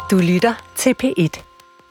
Du lytter til P1.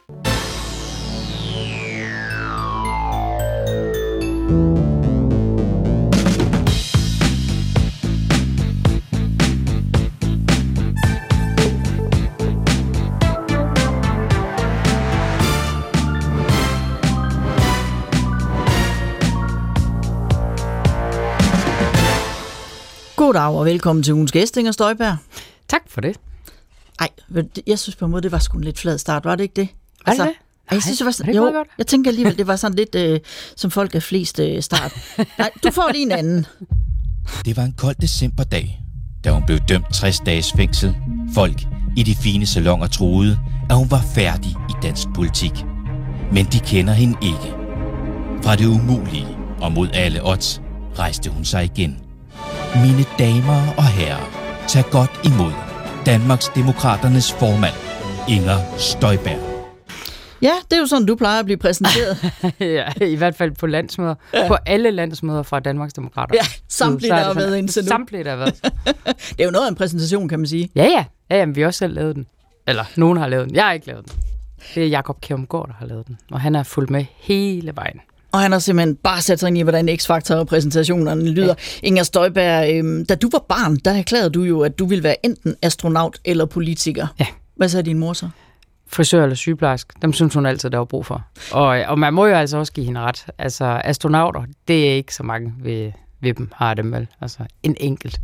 Goddag og velkommen til ugens gæst, Inger Støjberg. Tak for det. Ej, jeg synes på en måde, det var sgu en lidt flad start, var det ikke det? Altså, det? Jeg synes, det var sådan, jo, jeg tænker alligevel, det var sådan lidt, som folk er flest start. Nej, du får lige en anden. Det var en kold decemberdag, da hun blev dømt 60 dages fængsel. Folk i de fine salonger troede, at hun var færdig i dansk politik. Men de kender hende ikke. Fra det umulige og mod alle odds rejste hun sig igen. Mine damer og herrer, tag godt imod Danmarksdemokraternes formand, Inger Støjberg. Ja, det er jo sådan, du plejer at blive præsenteret. Ja, i hvert fald på landsmøder. Ja. På alle landsmøder fra Danmarksdemokraterne. Ja, samtlige, der har været indtil nu. Samtlige, der har været. Det er jo noget af en præsentation, kan man sige. Ja, men vi har også selv lavet den. Eller, nogen har lavet den. Jeg har ikke lavet den. Det er Jakob Kjærumgaard, der har lavet den. Og han er fulgt med hele vejen. Og han har simpelthen bare sat sig ind i, hvordan X-Factor og præsentationerne lyder. Ja. Inger Støjberg, da du var barn, der erklærede du jo, at du ville være enten astronaut eller politiker. Ja. Hvad sagde din mor så? Frisør eller sygeplejerske, dem synes hun altid, der var brug for. Og man må jo altså også give hende ret. Altså, astronauter, det er ikke så mange ved dem, har dem vel. Altså, en enkelt.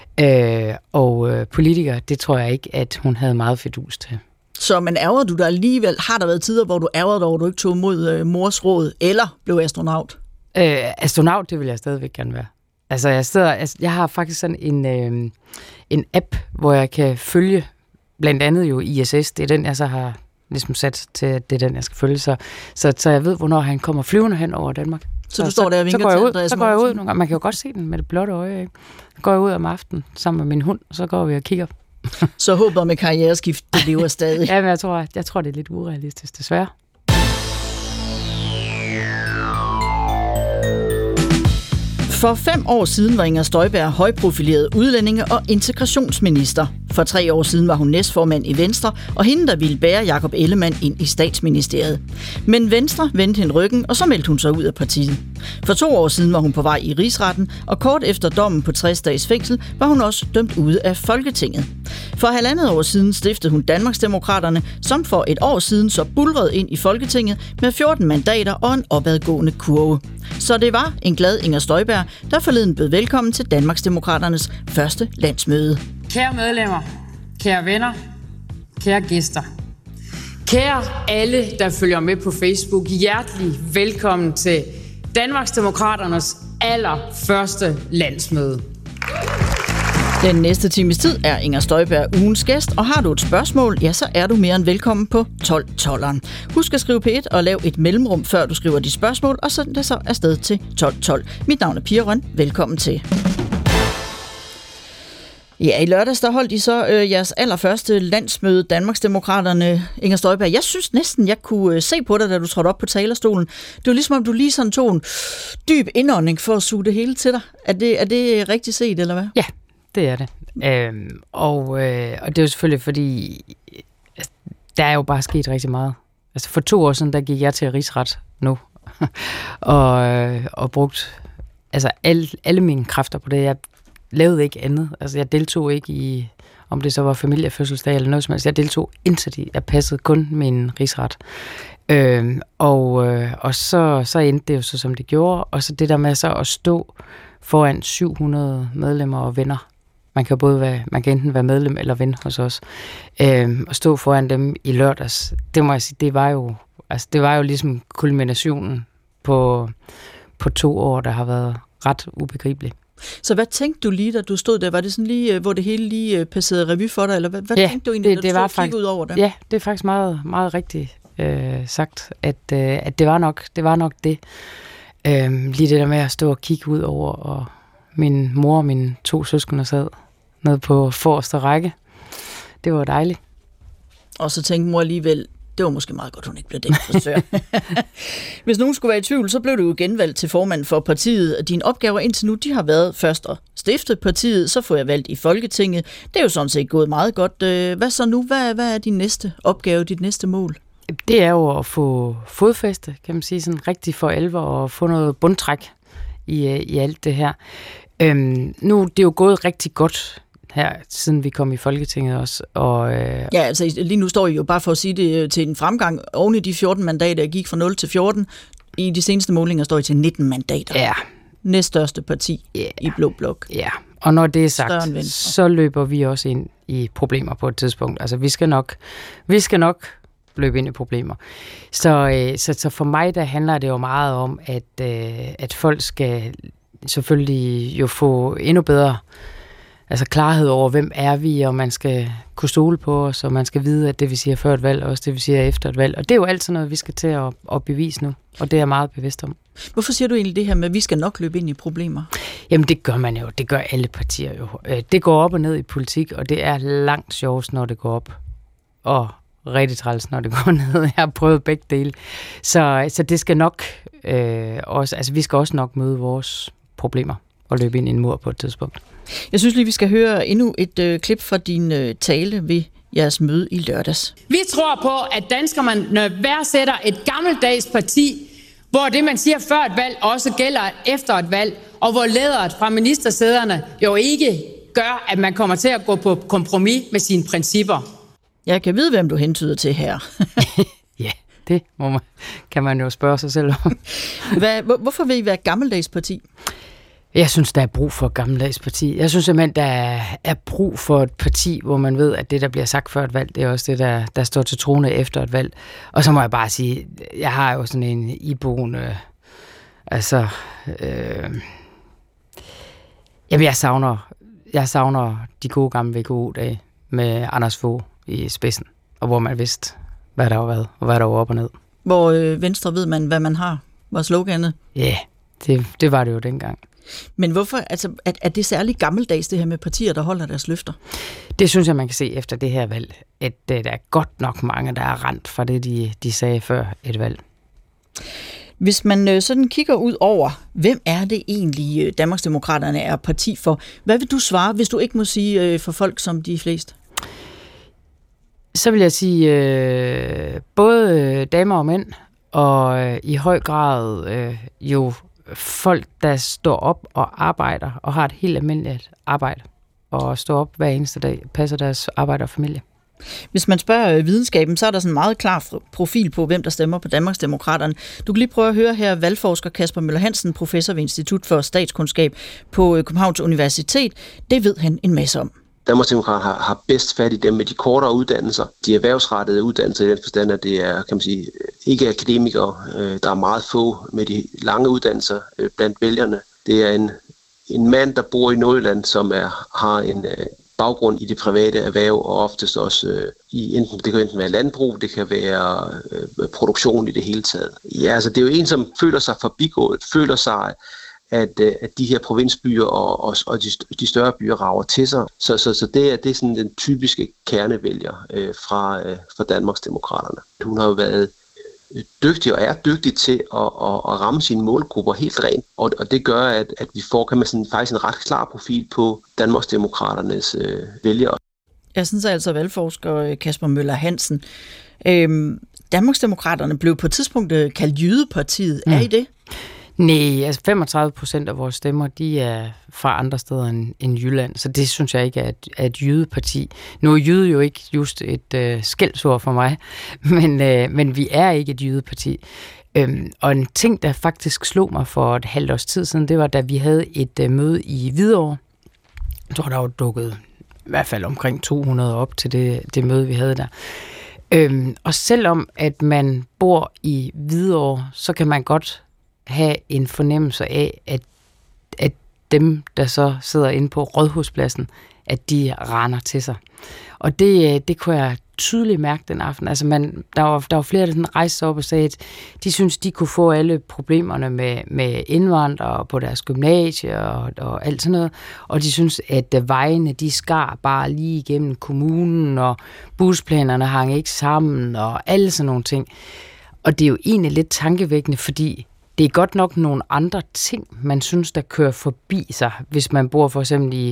Og politikere, det tror jeg ikke, at hun havde meget fidus til. Så men ærger du dig alligevel? Har der været tider, hvor du ærgede dig over, du ikke tog imod mors råd, eller blev astronaut? Astronaut, det vil jeg stadigvæk gerne være. Altså, jeg har faktisk sådan en app, hvor jeg kan følge blandt andet jo ISS. Det er den, jeg så har ligesom sat til, at det er den, jeg skal følge. Så jeg ved, hvornår han kommer flyvende hen over Danmark. Så du står der og vinker til Andreas? Så går jeg ud nogle gange. Man kan jo godt se den med det blotte øje. Ikke? Så går jeg ud om aftenen sammen med min hund, og så går vi og kigger. Så håber med karriereskift, det lever stadig. Ja, men jeg tror, det er lidt urealistisk, desværre. For 5 år siden var Inger Støjberg højprofileret udlændinge- og integrationsminister. For 3 år siden var hun næstformand i Venstre, og hende, der ville bære Jakob Ellemann ind i statsministeriet. Men Venstre vendte hende ryggen, og så meldte hun sig ud af partiet. For 2 år siden var hun på vej i Rigsretten, og kort efter dommen på 60 dages fængsel var hun også dømt ude af Folketinget. For 1,5 år siden stiftede hun Danmarksdemokraterne, som for 1 år siden så buldrede ind i Folketinget med 14 mandater og en opadgående kurve. Så det var en glad Inger Støjberg, der forleden bød velkommen til Danmarksdemokraternes første landsmøde. Kære medlemmer, kære venner, kære gæster. Kære alle, der følger med på Facebook, hjertelig velkommen til Danmarksdemokraternes allerførste landsmøde. Den næste times tid er Inger Støjberg ugens gæst, og har du et spørgsmål, ja, så er du mere end velkommen på 1212'eren. Husk at skrive P1 og lav et mellemrum, før du skriver dit spørgsmål, og send det så afsted til 1212. Mit navn er Pia Røn. Velkommen til. Ja, i lørdags der holdt I så jeres allerførste landsmøde, Danmarksdemokraterne. Inger Støjberg, jeg synes næsten, jeg kunne se på dig, da du trådte op på talerstolen. Det var ligesom, om du lige sådan tog en dyb indånding for at suge det hele til dig. Er det rigtigt set, eller hvad? Ja, det er det. Og det er jo selvfølgelig, fordi der er jo bare sket rigtig meget. Altså for 2 år siden, der gik jeg til rigsret nu, og brugt altså alle mine kræfter på det. Jeg lavede ikke andet. Altså jeg deltog ikke i, om det så var familiefødselsdag eller noget som helst. Jeg deltog intet i. Jeg passede kun min rigsret. Og så endte det jo så, som det gjorde. Og så det der med så at stå foran 700 medlemmer og venner. Man kan enten være medlem eller ven hos os. Og stå foran dem i lørdags, det må jeg sige, det var jo ligesom kulminationen på 2 år, der har været ret ubegribeligt. Så hvad tænkte du lige, da du stod der? Var det sådan lige, hvor det hele lige passerede revy for dig, eller hvad tænkte du egentlig, da du stod og kiggede ud over det? Ja, det er faktisk meget, meget rigtigt sagt, at det var nok det. Lige det der med at stå og kigge ud over, og min mor og mine 2 søskende sad nede på forreste række. Det var dejligt. Og så tænkte mor alligevel, Det var måske meget godt, hun ikke blev den frisør. Hvis nogen skulle være i tvivl, så blev du jo genvalgt til formand for partiet. Dine opgaver indtil nu, de har været først at stifte partiet, så får jeg valgt i Folketinget. Det er jo sådan set gået meget godt. Hvad så nu? Hvad er din næste opgave, dit næste mål? Det er jo at få fodfæste, kan man sige, sådan rigtig for alvor, og få noget bundtræk i alt det her. Nu det er jo gået rigtig godt her, siden vi kom i Folketinget også. Og, Ja, altså lige nu står I jo, bare for at sige det, til en fremgang oven i de 14 mandater, jeg gik fra 0 til 14. I de seneste målinger står I til 19 mandater. Ja. Næststørste parti i Blå Blok. Ja, og når det er sagt, så løber vi også ind i problemer på et tidspunkt. Altså vi skal nok løbe ind i problemer. Så for mig, der handler det jo meget om, at folk skal selvfølgelig jo få endnu bedre klarhed over, hvem er vi, og man skal kunne stole på os, og man skal vide, at det vi siger før et valg, også det vi siger efter et valg. Og det er jo altid noget, vi skal til at bevise nu, og det er jeg meget bevidst om. Hvorfor siger du egentlig det her med, at vi skal nok løbe ind i problemer? Jamen det gør man jo, det gør alle partier jo. Det går op og ned i politik, og det er langt sjovest, når det går op, og rigtig træls, når det går ned. Jeg har prøvet begge dele. Så det skal nok også, vi skal også nok møde vores problemer og løbe ind i en mur på et tidspunkt. Jeg synes lige, vi skal høre endnu et klip fra din tale ved jeres møde i lørdags. Vi tror på, at danskerne værdsætter et gammeldags parti, hvor det, man siger før et valg, også gælder efter et valg, og hvor læderet fra ministersæderne jo ikke gør, at man kommer til at gå på kompromis med sine principper. Jeg kan vide, hvem du hentyder til her. Ja, det kan man jo spørge sig selv om. Hvorfor vil I være et gammeldags parti? Jeg synes, der er brug for et gammeldags parti. Jeg synes simpelthen, der er brug for et parti, hvor man ved, at det, der bliver sagt før et valg, det er også det, der står til troende efter et valg. Og så må jeg bare sige, jeg har jo sådan en iboende... jeg savner de gode gamle VKO-dage med Anders Fogh i spidsen, og hvor man vidste, hvad der var hvad, og hvad der var op og ned. Hvor Venstre ved man, hvad man har, var sloganet. Ja, det var det jo dengang. Men hvorfor, er det særligt gammeldags, det her med partier, der holder deres løfter? Det synes jeg, man kan se efter det her valg, at der er godt nok mange, der er rendt fra det, de sagde før et valg. Hvis man sådan kigger ud over, hvem er det egentlig, Danmarksdemokraterne er parti for? Hvad vil du svare, hvis du ikke må sige for folk som de fleste? Så vil jeg sige både damer og mænd, og i høj grad jo folk, der står op og arbejder, og har et helt almindeligt arbejde, og står op hver eneste dag, passer deres arbejde og familie. Hvis man spørger videnskaben, så er der sådan en meget klar profil på, hvem der stemmer på Danmarksdemokraterne. Du kan lige prøve at høre her valgforsker Kasper Møller Hansen, professor ved Institut for Statskundskab på Københavns Universitet. Det ved han en masse om. Danmarksdemokraterne har bedst fat i dem med de kortere uddannelser, de erhvervsrettede uddannelser i den forstand, at det er, kan man sige, ikke akademikere. Der er meget få med de lange uddannelser blandt vælgerne. Det er en mand, der bor i Nordjylland, som har en baggrund i det private erhverv, og oftest også det kan enten være landbrug, det kan være produktion i det hele taget. Ja, altså det er jo en, som føler sig forbigået, føler sig at de her provinsbyer og de større byer rager til sig. Så det er sådan den typiske kernevælger fra Danmarksdemokraterne. Hun har jo været dygtig og er dygtig til at ramme sine målgrupper helt rent, og det gør, at vi får, kan man sådan, faktisk en ret klar profil på Danmarksdemokraternes vælgere. Jeg synes altså, valgforsker Kasper Møller Hansen. Danmarksdemokraterne blev på et tidspunkt kaldt Jydepartiet. Er I det? Nej, 35% af vores stemmer, de er fra andre steder end Jylland, så det synes jeg ikke er et jydeparti. Nu er jyde jo ikke just et skældsord for mig, men vi er ikke et jydeparti. Og en ting, der faktisk slog mig for et halvt års tid siden, det var, da vi havde et møde i Hvidovre. Jeg tror, der var dukket i hvert fald omkring 200 op til det møde, vi havde der. Og selvom at man bor i Hvidovre, så kan man godt have en fornemmelse af, at dem, der så sidder inde på Rådhuspladsen, at de render til sig. Og det kunne jeg tydeligt mærke den aften. Altså der var flere, der sådan rejste sig op og sagde, at de synes, de kunne få alle problemerne med indvandrere på deres gymnasie og alt sådan noget. Og de synes, at vejene, de skar bare lige igennem kommunen, og busplanerne hang ikke sammen, og alle sådan nogle ting. Og det er jo egentlig lidt tankevækkende, fordi det er godt nok nogle andre ting, man synes, der kører forbi sig, hvis man bor for eksempel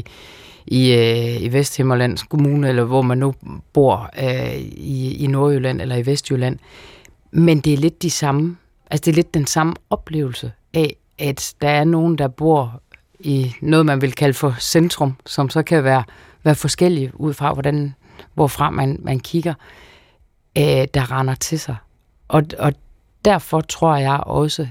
i Vesthimmerlands Kommune, eller hvor man nu bor i Nordjylland eller i Vestjylland. Men det er lidt de samme, altså det er lidt den samme oplevelse af, at der er nogen, der bor i noget, man vil kalde for centrum, som så kan være forskellige ud fra, hvorfra man kigger, der render til sig. Og derfor tror jeg også,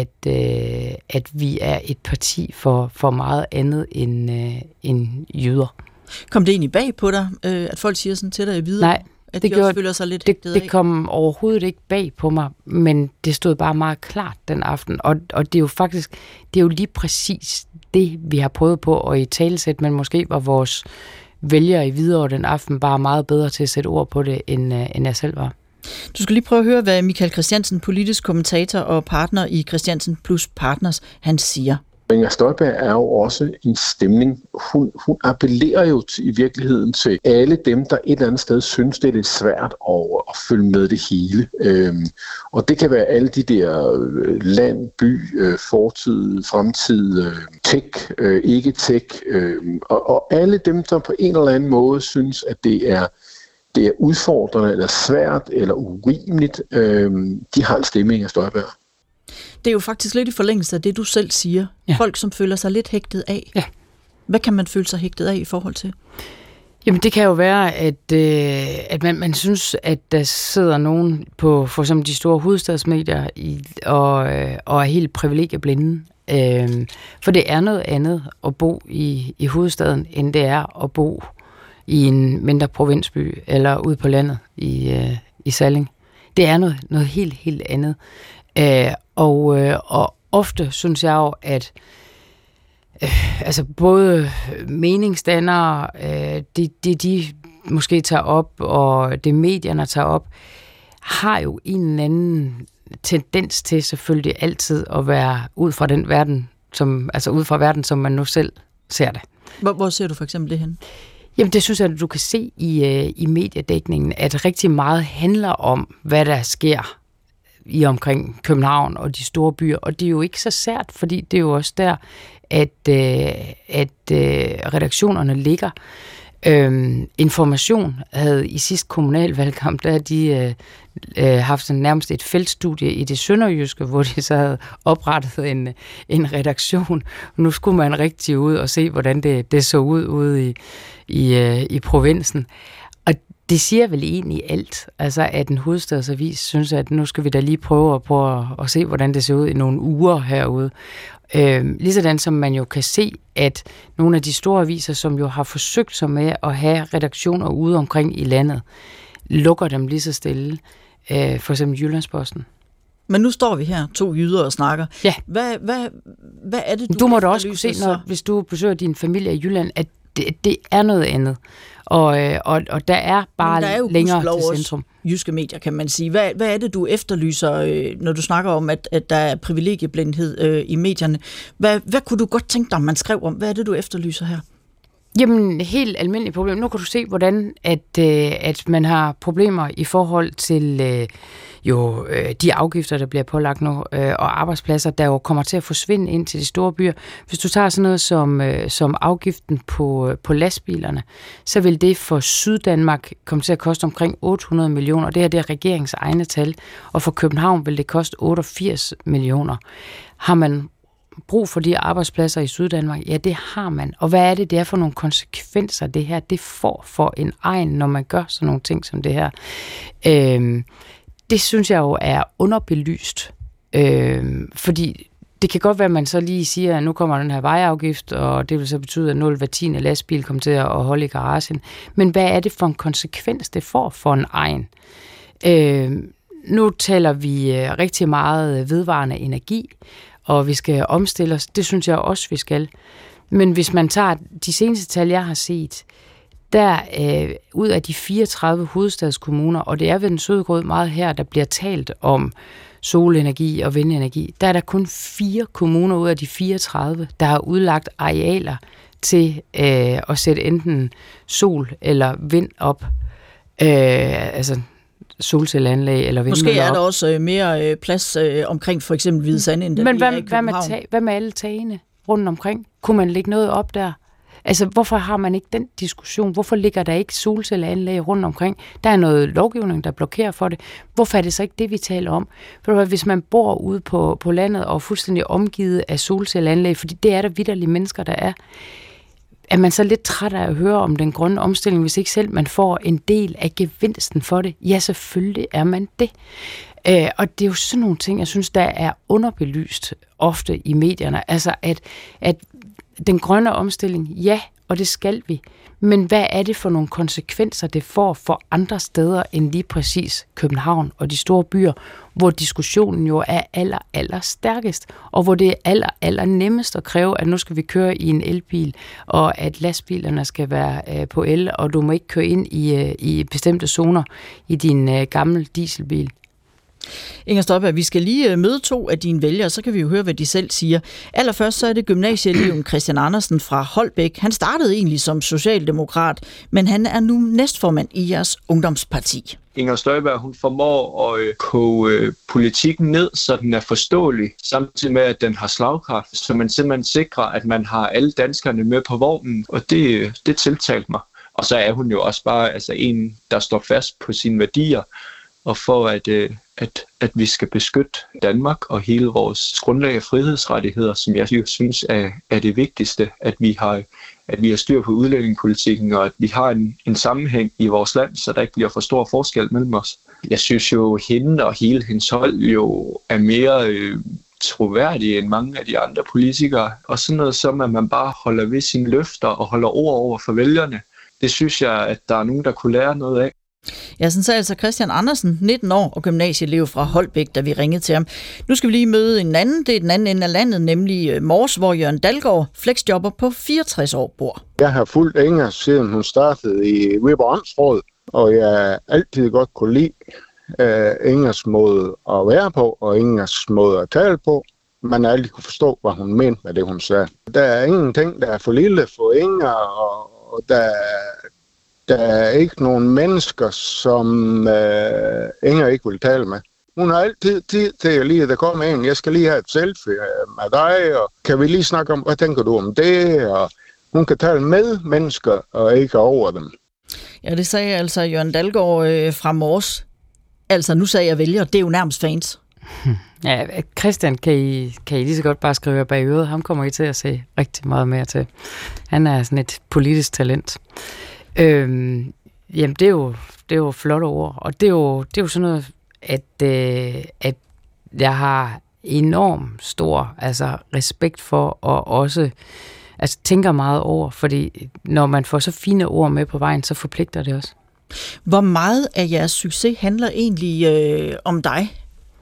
at vi er et parti for meget andet end jøder. Kom det egentlig bag på dig, at folk siger sådan til dig videre? Nej, at de også føler sig lidt hægtet af? Det kom overhovedet ikke bag på mig, men det stod bare meget klart den aften. Og det er jo faktisk, det er jo lige præcis det, vi har prøvet på at italesætte, men måske var vores vælgere i Hvidovre den aften bare meget bedre til at sætte ord på det, end jeg selv var. Du skal lige prøve at høre, hvad Michael Christiansen, politisk kommentator og partner i Christiansen Plus Partners, han siger. Inger Støjberg er jo også en stemning. Hun appellerer jo i virkeligheden til alle dem, der et eller andet sted synes, det er lidt svært at følge med det hele. Og det kan være alle de der land, by, fortid, fremtid, tech, ikke tech, og alle dem, der på en eller anden måde synes, at det er udfordrende, eller svært, eller urimeligt, de har en stemme, Inger Støjberg. Det er jo faktisk lidt i forlængelse af det, du selv siger. Ja. Folk, som føler sig lidt hægtet af. Ja. Hvad kan man føle sig hægtet af i forhold til? Jamen det kan jo være, at man synes, at der sidder nogen på for eksempel de store hovedstadsmedier og er helt privilegieblinde. For det er noget andet at bo i hovedstaden, end det er at bo i en mindre provinsby eller ude på landet i Salling. Det er noget helt andet. Og ofte synes jeg jo, at altså både meningsdannere, de måske tager op, og det medierne tager op, har jo en eller anden tendens til selvfølgelig altid at være ud fra den verden, ud fra verden, som man nu selv ser det. Hvor ser du for eksempel det hen? Jamen det synes jeg, at du kan se i mediedækningen, at rigtig meget handler om, hvad der sker i omkring København og de store byer, og det er jo ikke så sært, fordi det er jo også der, at redaktionerne ligger. Information havde i sidste kommunalvalgkamp, der de haft nærmest et feltstudie i det sønderjyske, hvor de så havde oprettet en redaktion. Nu skulle man rigtig ud og se, hvordan det så ud ude i provinsen. Og det siger vel egentlig alt, altså at en hovedstadsavis synes, at nu skal vi da lige prøve at se, hvordan det ser ud i nogle uger herude. Ligesådan som man jo kan se, at nogle af de store aviser, som jo har forsøgt sig med at have redaktioner ude omkring i landet, lukker dem lige så stille. For eksempel Jyllandsposten. Men nu står vi her, 2 jyder, og snakker. Ja. Hvad er det, du må da også kunne se, hvis du besøger din familie i Jylland, at det er noget andet. Og der er bare der er længere til centrum. Jyske medier, kan man sige. Hvad er det, du efterlyser, når du snakker om, at der er privilegieblindhed i medierne? Hvad kunne du godt tænke dig, man skrev om? Hvad er det, du efterlyser her? Jamen, helt almindeligt problem. Nu kan du se, hvordan at man har problemer i forhold til de afgifter, der bliver pålagt nu, og arbejdspladser, der jo kommer til at forsvinde ind til de store byer. Hvis du tager sådan noget som afgiften på lastbilerne, så vil det for Syddanmark komme til at koste omkring 800 millioner. Det her det er regeringens egne tal. Og for København vil det koste 88 millioner. Har man brug for de arbejdspladser i Syddanmark? Ja, det har man. Og hvad er det er for nogle konsekvenser, det her det får for en egen, når man gør sådan nogle ting som det her? Det synes jeg jo er underbelyst. Fordi det kan godt være, at man så lige siger, at nu kommer den her vejafgift, og det vil så betyde, at 0/10 lastbil kommer til at holde i garagen. Men hvad er det for en konsekvens, det får for en egen? Nu taler vi rigtig meget vedvarende energi, og vi skal omstille os. Det synes jeg også, vi skal. Men hvis man tager de seneste tal, jeg har set, der ud af de 34 hovedstadskommuner, og det er ved den søde grød meget her, der bliver talt om solenergi og vindenergi, der er der kun 4 kommuner ud af de 34, der har udlagt arealer til at sætte enten sol eller vind op. Altså solcelleanlæg eller vindmøller. Måske er der også mere plads omkring for eksempel Hvide Sande, end men hvad med alle tagene rundt omkring? Kunne man lægge noget op der? Altså, hvorfor har man ikke den diskussion? Hvorfor ligger der ikke solcelleanlæg rundt omkring? Der er noget lovgivning, der blokerer for det. Hvorfor er det så ikke det, vi taler om? For hvis man bor ude på landet og er fuldstændig omgivet af solcelleanlæg, fordi det er der vitterlige mennesker, der er man så lidt træt af at høre om den grønne omstilling, hvis ikke selv man får en del af gevinsten for det? Ja, selvfølgelig er man det. Og det er jo sådan nogle ting, jeg synes, der er underbelyst ofte i medierne. Altså, at den grønne omstilling, ja, og det skal vi. Men hvad er det for nogle konsekvenser, det får for andre steder end lige præcis København og de store byer, hvor diskussionen jo er aller stærkest, og hvor det er aller nemmest at kræve, at nu skal vi køre i en elbil, og at lastbilerne skal være på el, og du må ikke køre ind i bestemte zoner i din gamle dieselbil. Inger Støjberg, vi skal lige møde 2 af dine vælgere, så kan vi jo høre, hvad de selv siger. Allerførst så er det gymnasieeleven Christian Andersen fra Holbæk. Han startede egentlig som socialdemokrat, men han er nu næstformand i jeres ungdomsparti. Inger Støjberg, hun formår at koge politikken ned, så den er forståelig, samtidig med, at den har slagkraft, så man simpelthen sikrer, at man har alle danskerne med på vognen, og det tiltalte mig. Og så er hun jo også bare en, der står fast på sine værdier, og for at vi skal beskytte Danmark og hele vores grundlag af frihedsrettigheder, som jeg jo synes er det vigtigste, at vi har styr på udlændingepolitikken, og at vi har en sammenhæng i vores land, så der ikke bliver for stor forskel mellem os. Jeg synes jo, hende og hele hendes hold jo er mere troværdige end mange af de andre politikere, og sådan noget som, at man bare holder ved sine løfter og holder ord over for vælgerne. Det synes jeg, at der er nogen, der kunne lære noget af. Ja, sådan sagde altså Christian Andersen, 19 år og gymnasieelev fra Holbæk, da vi ringede til ham. Nu skal vi lige møde en anden, det er den anden ende af landet, nemlig Mors, hvor Jørgen Dalgaard, flexjobber på 64 år, bor. Jeg har fulgt Inger, siden hun startede i Viborg Amtsråd, og jeg altid godt kunne lide Ingers måde at være på, og Ingers måde at tale på. Man har aldrig kunne forstå, hvad hun mente med det, hun sagde. Der er ingenting, der er for lille for Inger, og der er ikke nogen mennesker, som Inger ikke vil tale med. Hun har altid tid til at lige, der kommer en, jeg skal lige have et selfie med dig, og kan vi lige snakke om, hvad tænker du om det? Og hun kan tale med mennesker, og ikke over dem. Ja, det sagde altså Jørgen Dalgaard fra Mors. Altså, nu sagde jeg vælger, det er jo nærmest fans. Ja, Christian kan I lige så godt bare skrive bag øret. Ham kommer I til at se rigtig meget mere til. Han er sådan et politisk talent. Jamen, det er jo flotte ord, og det er jo sådan noget, at jeg har enormt stor respekt for, og også tænker meget over, fordi når man får så fine ord med på vejen, så forpligter det også. Hvor meget af jeres succes handler egentlig om dig?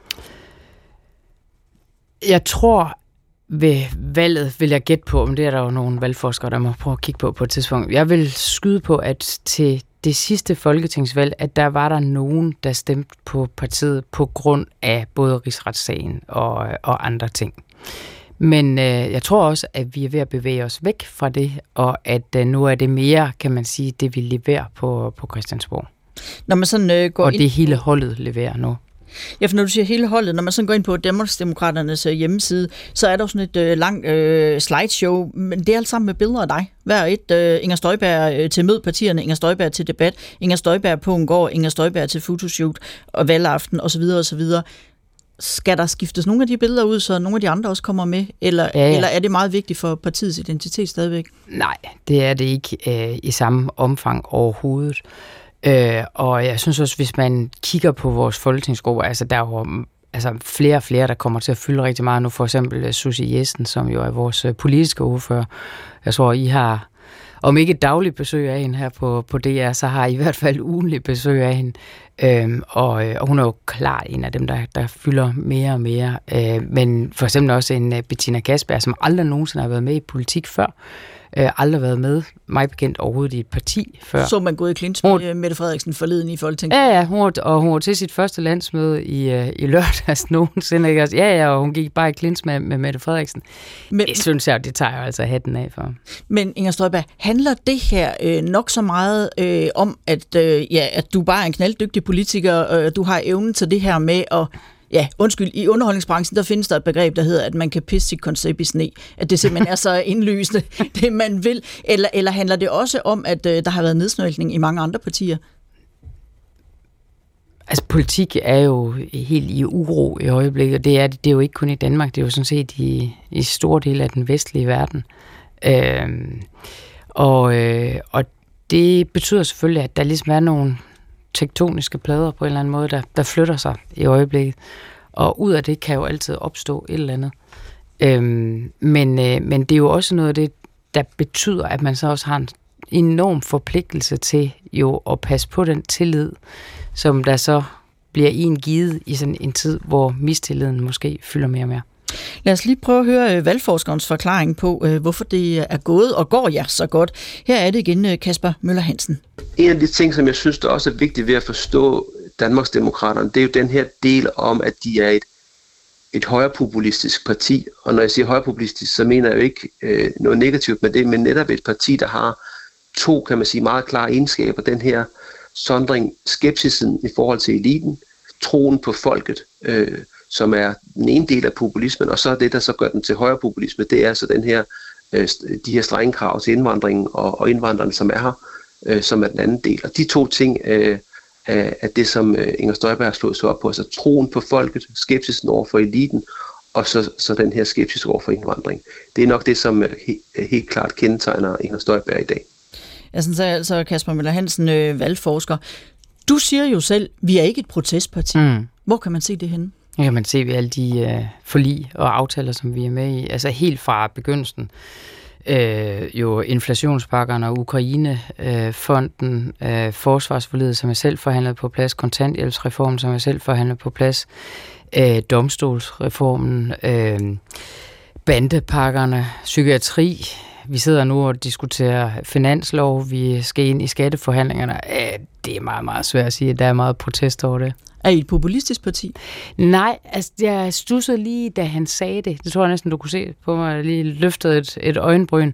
Jeg tror, ved valget vil jeg gætte på, om det er der jo nogle valgforskere, der må prøve at kigge på et tidspunkt. Jeg vil skyde på, at til det sidste folketingsvalg, at der var der nogen, der stemte på partiet på grund af både rigsretssagen og andre ting. Men jeg tror også, at vi er ved at bevæge os væk fra det, og at nu er det mere, kan man sige, det vi leverer på Christiansborg. Når man sådan, går og det hele holdet leverer nu. Ja, for når du siger hele holdet, når man sådan går ind på Danmarksdemokraternes hjemmeside, så er der sådan et langt slideshow, men det er alt sammen med billeder af dig. Hver et, Inger Støjberg til mødpartierne, Inger Støjberg til debat, Inger Støjberg på en gård, Inger Støjberg til fotoshoot og valgaften osv. osv. Skal der skiftes nogle af de billeder ud, så nogle af de andre også kommer med? Eller er det meget vigtigt for partiets identitet stadigvæk? Nej, det er det ikke i samme omfang overhovedet. Og jeg synes også, hvis man kigger på vores folketingsgruppe, der er jo flere og flere, der kommer til at fylde rigtig meget nu. For eksempel Susie Jessen, som jo er vores politiske ordfører. Jeg tror, I har, om ikke et dagligt besøg af hende her på DR, så har I i hvert fald ugenligt besøg af hende. Og hun er jo klart en af dem, der fylder mere og mere. Men for eksempel også en Bettina Kastberg, som aldrig nogensinde har været med i politik før, Aldrig været med, mig bekendt overhovedet i et parti før. Så man gået i clinch med Mette Frederiksen forleden i Folketinget? Ja, hun var til sit første landsmøde i lørdags nogensinde. Ikke? Ja, og hun gik bare i clinch med Mette Frederiksen. Men, det synes jeg, det tager jeg altså hatten af for. Men Inger Støjberg, handler det her nok så meget om, at du bare er en knalddygtig politiker, du har evnen til det her med at... Ja, undskyld, i underholdningsbranchen, der findes der et begreb, der hedder, at man kan pisse sit koncept i sne. At det simpelthen er så indlysende, det man vil. Eller handler det også om, at der har været nedsmeltning i mange andre partier? Altså, politik er jo helt i uro i øjeblikket, og det er jo ikke kun i Danmark, det er jo sådan set i store dele af den vestlige verden. Og det betyder selvfølgelig, at der ligesom er nogle tektoniske plader på en eller anden måde, der flytter sig i øjeblikket. Og ud af det kan jo altid opstå et eller andet. Men det er jo også noget af det, der betyder, at man så også har en enorm forpligtelse til jo at passe på den tillid, som der så bliver en givet i sådan en tid, hvor mistilliden måske fylder mere og mere. Lad os lige prøve at høre valgforskerens forklaring på, hvorfor det er gået og går så godt. Her er det igen Kasper Møller Hansen. En af de ting, som jeg synes, der også er vigtigt ved at forstå Danmarksdemokraterne, det er jo den her del om, at de er et højrepopulistisk parti. Og når jeg siger højrepopulistisk, så mener jeg jo ikke noget negativt med det, men netop et parti, der har to, kan man sige, meget klare egenskaber. Den her sondring, skepsisen i forhold til eliten, troen på folket, som er den ene del af populismen, og så er det, der så gør den til højrepopulisme, det er så den her, de her strenge krav til indvandringen og indvandrerne, som er her, som er den anden del. Og de to ting er det, som Inger Støjberg har slået sig op på, altså troen på folket, skepsisen over for eliten, og så den her skepsis over for indvandring. Det er nok det, som helt klart kendetegner Inger Støjberg i dag. Jeg synes altså, Kasper Møller Hansen, valgforsker. Du siger jo selv, vi er ikke et protestparti. Hvor kan man se det henne? Det kan man se ved alle de forlig og aftaler, som vi er med i. Altså helt fra begyndelsen. Jo inflationspakkerne og Ukraine-fonden, forsvarsforliget, som jeg selv forhandlede på plads, kontanthjælpsreformen, som jeg selv forhandlede på plads, domstolsreformen, bandepakkerne, psykiatri. Vi sidder nu og diskuterer finanslov, vi skal ind i skatteforhandlingerne. Det er meget, meget svært at sige, at der er meget protest over det. Er I et populistisk parti? Nej, altså jeg stussede lige, da han sagde det. Det tror jeg næsten, du kunne se på mig. Jeg lige løftede et øjenbryn.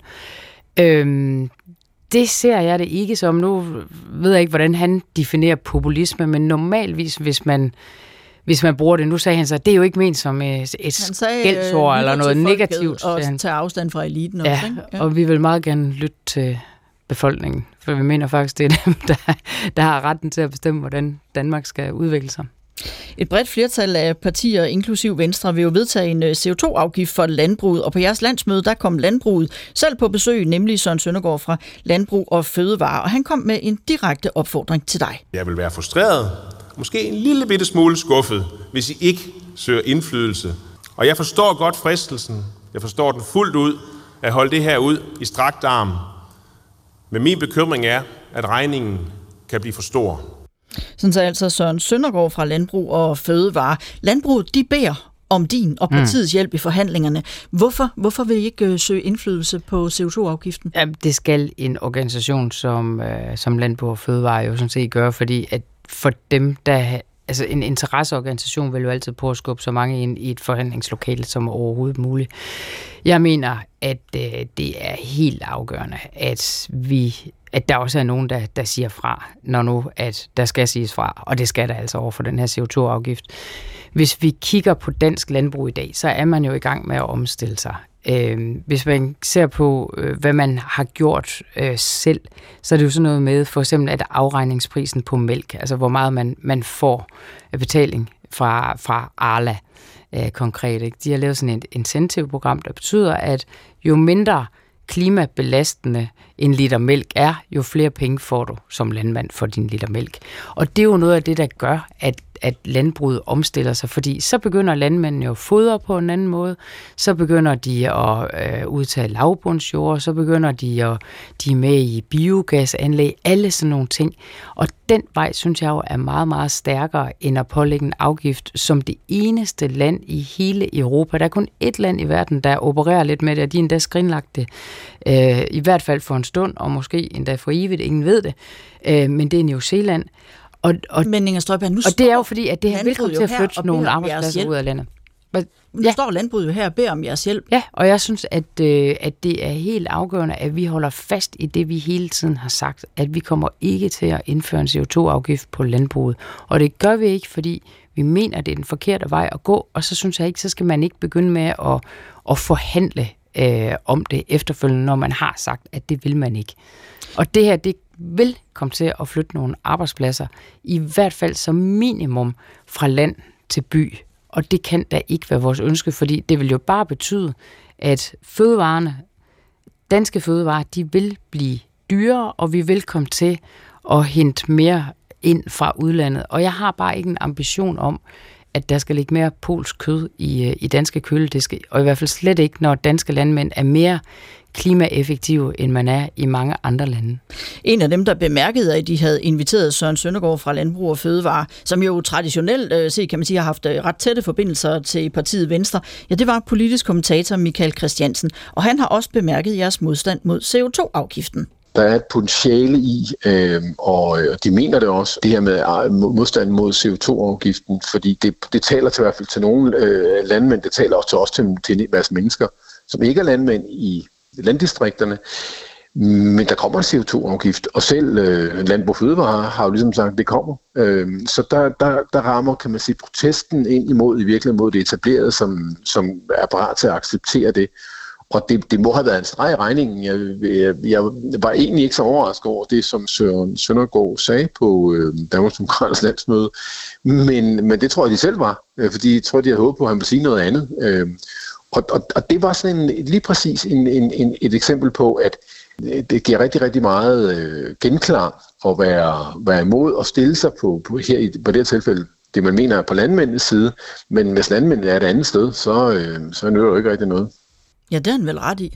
Det ser jeg det ikke som. Nu ved jeg ikke, hvordan han definerer populisme, men normalvis, hvis man bruger det, nu sagde han så, det er jo ikke ment som et skældsord eller noget negativt. Og tage afstand fra eliten også, ikke? Ja, og vi vil meget gerne lytte til befolkningen, for vi mener faktisk, det er dem, der har retten til at bestemme, hvordan Danmark skal udvikle sig. Et bredt flertal af partier, inklusiv Venstre, vil jo vedtage en CO2-afgift for landbruget, og på jeres landsmøde, der kom landbruget selv på besøg, nemlig Søren Søndergaard fra Landbrug og Fødevare, og han kom med en direkte opfordring til dig. Jeg vil være frustreret, måske en lille bitte smule skuffet, hvis I ikke søger indflydelse. Og jeg forstår godt fristelsen, jeg forstår den fuldt ud, at holde det her ud i strakt arm. Men min bekymring er, at regningen kan blive for stor. Sådan så altså Søren Søndergaard fra Landbrug og Fødevare. Landbruget, de beder om din og partiets hjælp i forhandlingerne. Hvorfor vil I ikke søge indflydelse på CO2-afgiften? Ja, det skal en organisation som Landbrug og Fødevare jo sådan set gøre, fordi at for dem, der... Altså en interesseorganisation vil jo altid på at skubbe så mange ind i et forhandlingslokale som overhovedet muligt. Jeg mener, at det er helt afgørende, at der også er nogen, der siger fra, når nu, at der skal siges fra, og det skal der altså over for den her CO2-afgift. Hvis vi kigger på dansk landbrug i dag, så er man jo i gang med at omstille sig. Hvis man ser på, hvad man har gjort selv, så er det jo sådan noget med, for eksempel at afregningsprisen på mælk, altså hvor meget man får betaling fra Arla konkret. Ikke? De har lavet sådan et incentive-program, der betyder, at jo mindre klimabelastende en liter mælk er, jo flere penge får du som landmand for din liter mælk. Og det er jo noget af det, der gør, at landbruget omstiller sig, fordi så begynder landmændene jo at fodre på en anden måde, så begynder de at udtage lavbundsjord, så begynder de er med i biogasanlæg, alle sådan nogle ting. Og den vej, synes jeg jo, er meget, meget stærkere end at pålægge en afgift som det eneste land i hele Europa. Der er kun ét land i verden, der opererer lidt med det, og de endda skrinlagt det. I hvert fald for en stund, og måske endda for evigt, ingen ved det. Men det er New Zealand. Men Inger Støjberg, og det er jo fordi, at det her vil komme til at flytte nogle arbejdspladser ud af landet. Nu står landbruget jo her og beder om jeres hjælp. Ja, og jeg synes, at det er helt afgørende, at vi holder fast i det, vi hele tiden har sagt, at vi kommer ikke til at indføre en CO2-afgift på landbruget. Og det gør vi ikke, fordi vi mener, det er den forkerte vej at gå, og så synes jeg ikke, så skal man ikke begynde med at forhandle om det efterfølgende, når man har sagt, at det vil man ikke. Og det her, det vil komme til at flytte nogle arbejdspladser, i hvert fald som minimum fra land til by. Og det kan da ikke være vores ønske, fordi det vil jo bare betyde, at danske fødevarer, de vil blive dyrere, og vi vil komme til at hente mere ind fra udlandet. Og jeg har bare ikke en ambition om, at der skal ligge mere polsk kød i danske kølediske, og i hvert fald slet ikke, når danske landmænd er mere klimaeffektive, end man er i mange andre lande. En af dem, der bemærkede, at de havde inviteret Søren Søndergaard fra Landbrug og Fødevare, som jo traditionelt set, kan man sige, har haft ret tætte forbindelser til partiet Venstre, ja, det var politisk kommentator Michael Christiansen, og han har også bemærket jeres modstand mod CO2-afgiften. Der er et potentiale i, og de mener det også, det her med modstand mod CO2-afgiften, fordi det taler til i hvert fald til nogle landmænd, det taler også til os, til en masse mennesker, som ikke er landmænd i landdistrikterne, men der kommer en CO2-afgift, og selv Landbrug Fødevare har jo ligesom sagt, at det kommer. Så der rammer, kan man sige, protesten ind imod, i virkeligheden mod det etablerede, som er parat til at acceptere det. Og det må have været en streg i regningen. Jeg var egentlig ikke så overrasket over det, som Søren Søndergaard sagde på Danmarksdemokraternes landsmøde, men det tror jeg, de selv var, fordi jeg tror, de havde håbet på, at han ville sige noget andet. Og det var sådan lige præcis et eksempel på, at det giver rigtig, rigtig meget genklar at være imod og stille sig på det her tilfælde, det man mener er på landmændenes side, men hvis landmændene er et andet sted, så nytter det jo ikke rigtig noget. Ja, det er han vel ret i.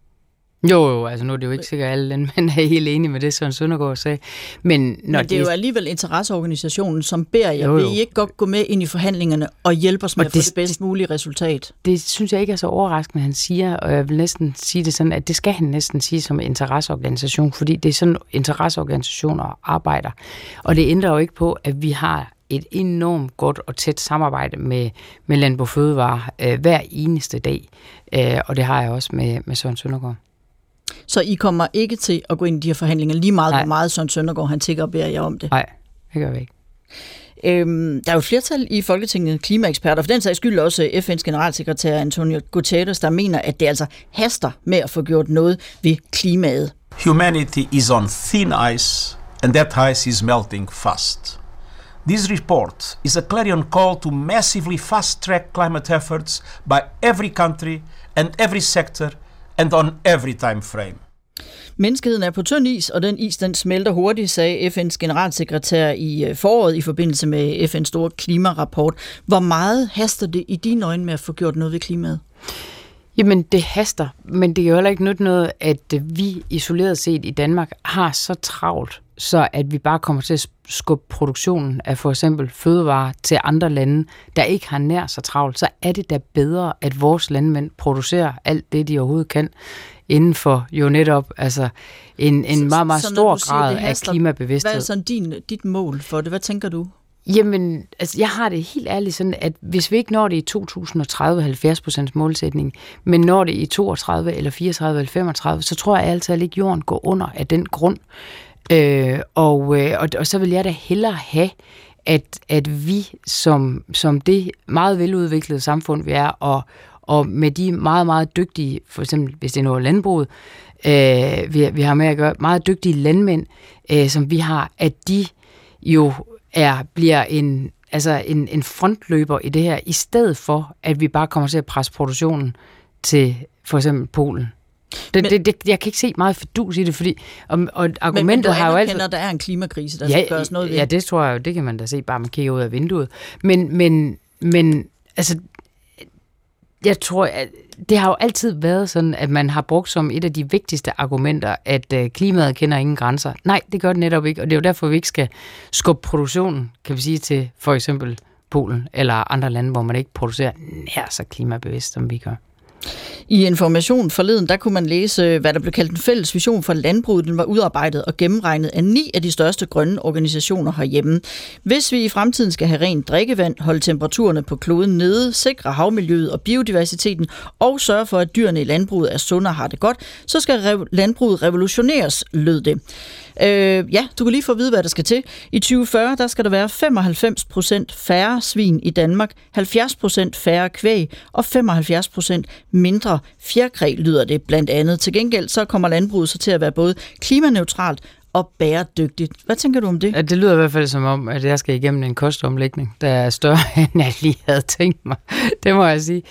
Jo, altså nu er det jo ikke sikkert, at alle landmænd er helt enige med det, Søren Søndergaard sagde. Men det er jo alligevel interesseorganisationen, som beder jer, vil I ikke godt gå med ind i forhandlingerne og hjælpe os med at få det bedst mulige resultat? Det synes jeg ikke er så overraskende, han siger, og jeg vil næsten sige det sådan, at det skal han næsten sige som interesseorganisation, fordi det er sådan, interesseorganisationer arbejder. Og det ændrer jo ikke på, at vi har et enormt godt og tæt samarbejde med Landbrug Fødevare hver eneste dag, og det har jeg også med Søren Søndergaard. Så I kommer ikke til at gå ind i de her forhandlinger lige meget, hvor meget Søren Søndergaard han tigger og beder jer om det? Nej, det gør vi ikke. Der er jo flertal i Folketinget klimaeksperter, for den sags skyld også FN's generalsekretær Antonio Guterres, der mener, at det altså haster med at få gjort noget ved klimaet. Humanity is on thin ice, and that ice is melting fast. This report is a clarion call to massively fast-track climate efforts by every country and every sector and on every time frame. Menneskeheden er på tynd is, og den is den smelter hurtigt, sagde FN's generalsekretær i foråret i forbindelse med FN's store klimarapport. Hvor meget haster det i dine øjne med at få gjort noget ved klimaet? Jamen, det haster, men det er jo heller ikke noget, at vi isoleret set i Danmark har så travlt, så at vi bare kommer til at skubbe produktionen af for eksempel fødevarer til andre lande, der ikke har nær så travlt, så er det da bedre, at vores landmænd producerer alt det, de overhovedet kan, inden for jo netop altså en meget, meget stor grad af klimabevidsthed. Hvad er så dit mål for det? Hvad tænker du? Jamen, altså, jeg har det helt ærligt sådan, at hvis vi ikke når det i 2030 70% målsætning, men når det i 32 eller 34 eller 35, så tror jeg altid ikke, jorden går under af den grund. Og så vil jeg da hellere have, at vi som det meget veludviklede samfund, vi er, og med de meget, meget dygtige, for eksempel hvis det er noget landbruget, vi har med at gøre, meget dygtige landmænd, som vi har, at de jo bliver en frontløber i det her, i stedet for, at vi bare kommer til at presse produktionen til for eksempel Polen Jeg kan ikke se meget fidus i det, fordi og argumentet har jo altid... Men der er en klimakrise, der skal gøres noget ved. Ja, det tror jeg, det kan man da se, bare man kigger ud af vinduet. Men altså, jeg tror, at det har jo altid været sådan, at man har brugt som et af de vigtigste argumenter, at klimaet kender ingen grænser. Nej, det gør det netop ikke, og det er jo derfor, vi ikke skal skubbe produktionen, kan vi sige, til for eksempel Polen eller andre lande, hvor man ikke producerer nær så klimabevidst, som vi gør. I Information forleden, der kunne man læse, hvad der blev kaldt en fælles vision for landbruget. Den var udarbejdet og gennemregnet af 9 af de største grønne organisationer herhjemme. Hvis vi i fremtiden skal have rent drikkevand, holde temperaturerne på kloden nede, sikre havmiljøet og biodiversiteten og sørge for, at dyrene i landbruget er sunde og har det godt, så skal landbruget revolutioneres, lød det. Du kan lige få at vide, hvad der skal til. I 2040, der skal der være 95% færre svin i Danmark, 70% færre kvæg og 75% mindre fjerkræ, lyder det blandt andet. Til gengæld så kommer landbruget så til at være både klimaneutralt og bæredygtigt. Hvad tænker du om det? Ja, det lyder i hvert fald som om, at jeg skal igennem en kostomlægning, der er større, end jeg lige havde tænkt mig. Det må jeg sige.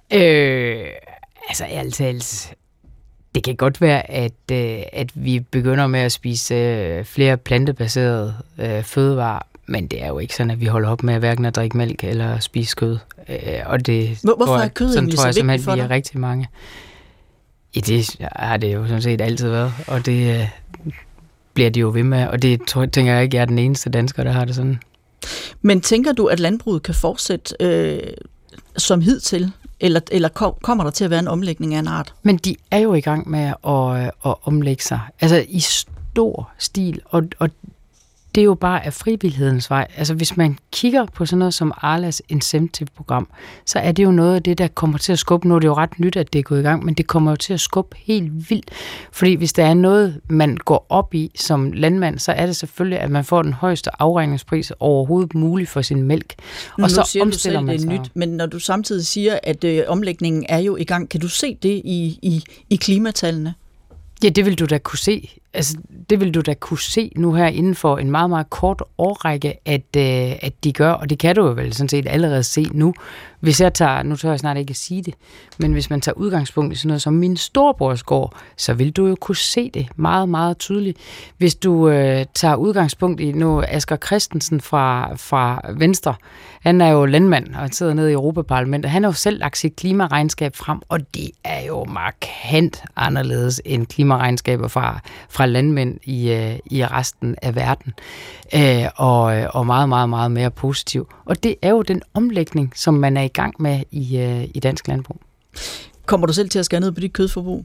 Ærligt talt, det kan godt være, at vi begynder med at spise flere plantebaserede fødevarer, men det er jo ikke sådan, at vi holder op med hverken at drikke mælk eller spise kød. Og det Hvorfor er kød egentlig så vigtigt for dig? Vi er rigtig mange. Ja, det har det jo sådan set altid været, og det bliver de jo ved med, og det tænker jeg ikke, jeg er den eneste dansker, der har det sådan. Men tænker du, at landbruget kan fortsætte som hidtil? Eller kommer der til at være en omlægning af en art? Men de er jo i gang med at omlægge sig. Altså i stor stil, og det er jo bare af frivillighedens vej. Altså hvis man kigger på sådan noget som Arlas incentive-program, så er det jo noget af det, der kommer til at skubbe. Nu er det jo ret nyt, at det er gået i gang, men det kommer jo til at skubbe helt vildt. Fordi hvis der er noget, man går op i som landmand, så er det selvfølgelig, at man får den højeste afregningspris overhovedet muligt for sin mælk. Og så omstiller man sig. Nyt, men når du samtidig siger, at omlægningen er jo i gang, kan du se det i klimatallene? Ja, det vil du da kunne se. Altså, det vil du da kunne se nu her inden for en meget, meget kort årrække, at de gør, og det kan du jo vel sådan set allerede se nu. Hvis jeg tager, nu tør jeg snart ikke at sige det, men hvis man tager udgangspunkt i sådan noget som min storebrors gård, så vil du jo kunne se det meget, meget tydeligt. Hvis du tager udgangspunkt i nu Asger Christensen fra Venstre, han er jo landmand og sidder nede i Europaparlamentet. Han har jo selv lagt sit klimaregnskab frem, og det er jo markant anderledes end klimaregnskaber fra landmænd i resten af verden. Og meget, meget, meget mere positiv. Og det er jo den omlægning, som man er i gang med i dansk landbrug. Kommer du selv til at skære ned på dit kødforbrug?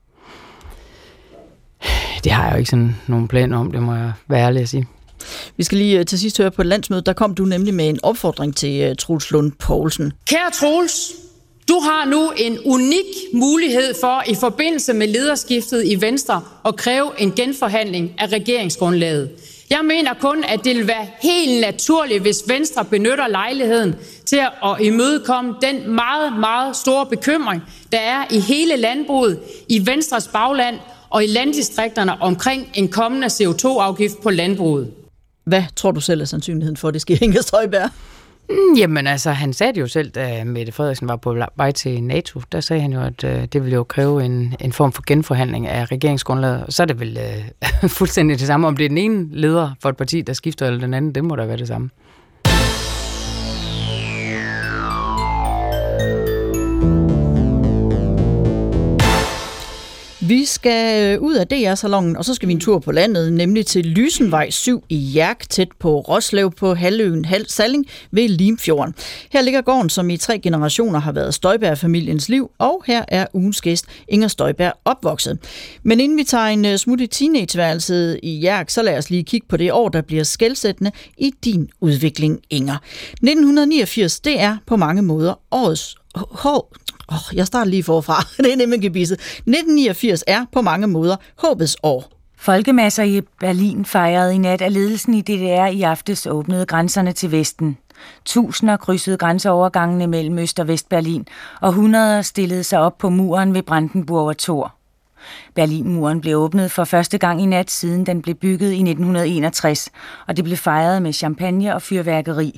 Det har jeg jo ikke sådan nogen planer om, det må jeg være ærlig at sige. Vi skal lige til sidst høre på et landsmøde. Der kom du nemlig med en opfordring til Troels Lund Poulsen. Kære Troels, du har nu en unik mulighed for i forbindelse med lederskiftet i Venstre at kræve en genforhandling af regeringsgrundlaget. Jeg mener kun, at det vil være helt naturligt, hvis Venstre benytter lejligheden til at imødekomme den meget, meget store bekymring, der er i hele landbruget, i Venstres bagland og i landdistrikterne omkring en kommende CO2-afgift på landbruget. Hvad tror du selv er sandsynligheden for, at det sker, Inger Støjberg? Jamen altså, han sagde det jo selv, da Mette Frederiksen var på vej til NATO. Der sagde han jo, at det ville jo kræve en form for genforhandling af regeringsgrundlaget. Så er det vel fuldstændig det samme. Om det er den ene leder for et parti, der skifter, eller den anden, det må da være det samme. Vi skal ud af DR-salonen, og så skal vi en tur på landet, nemlig til Lysenvej 7 i Hjerk, tæt på Roslev på halvøen Salling ved Limfjorden. Her ligger gården, som i 3 generationer har været Støjberg-familiens liv, og her er ugens gæst Inger Støjberg opvokset. Men inden vi tager en smut i teenageværelset i Hjerk, så lad os lige kigge på det år, der bliver skelsættende i din udvikling, Inger. 1989, det er på mange måder årets jeg starter lige forfra. Det er nemlig gebisset. 1989 er på mange måder håbets år. Folkemasser i Berlin fejrede i nat, at ledelsen i DDR i aftes åbnede grænserne til Vesten. Tusinder krydsede grænseovergangene mellem Øst- og Vestberlin, og hundreder stillede sig op på muren ved Brandenburger Tor. Berlinmuren blev åbnet for første gang i nat, siden den blev bygget i 1961, og det blev fejret med champagne og fyrværkeri.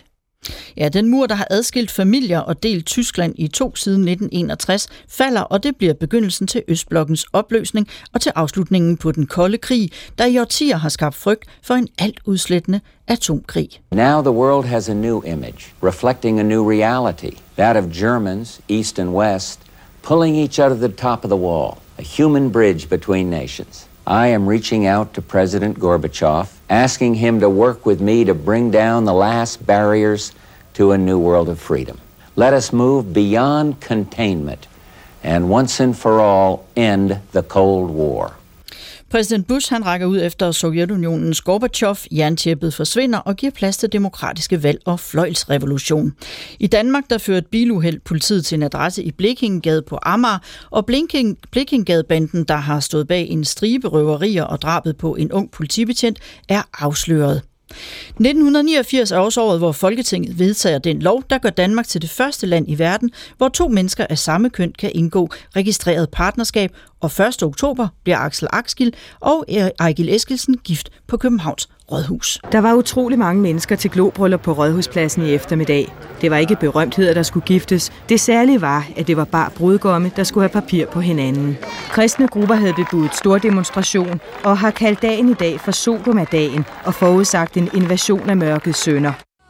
Ja, den mur, der har adskilt familier og delt Tyskland i to siden 1961, falder, og det bliver begyndelsen til Østblokkens opløsning og til afslutningen på den kolde krig, der i årtier har skabt frygt for en altudslettende atomkrig. Now the world has a new image, reflecting a new reality, that of Germans, East and West, pulling each other to the top of the wall, a human bridge between nations. I am reaching out to President Gorbachev, asking him to work with me to bring down the last barriers to a new world of freedom. Let us move beyond containment and once and for all end the Cold War. Præsident Bush han rækker ud efter Sovjetunionens Gorbachev, jerntæppet forsvinder og giver plads til demokratiske valg og fløjlsrevolution. I Danmark der førte biluheld politiet til en adresse i Blekingegade på Amager, og Blekingegadebanden, der har stået bag en stribe røverier og drabet på en ung politibetjent, er afsløret. 1989 er også året, hvor Folketinget vedtager den lov, der gør Danmark til det første land i verden, hvor to mennesker af samme køn kan indgå registreret partnerskab, og 1. oktober bliver Axel Axgil og Ejgil Eskildsen gift på Københavns Rådhus. Der var utrolig mange mennesker til globryllup på Rådhuspladsen i eftermiddag. Det var ikke berømtheder, der skulle giftes. Det særlige var, at det var bare brudgomme, der skulle have papir på hinanden. Kristne grupper havde bebudt stor demonstration og har kaldt dagen i dag for Sodoma-dagen og forudsagt en invasion af mørkets synder.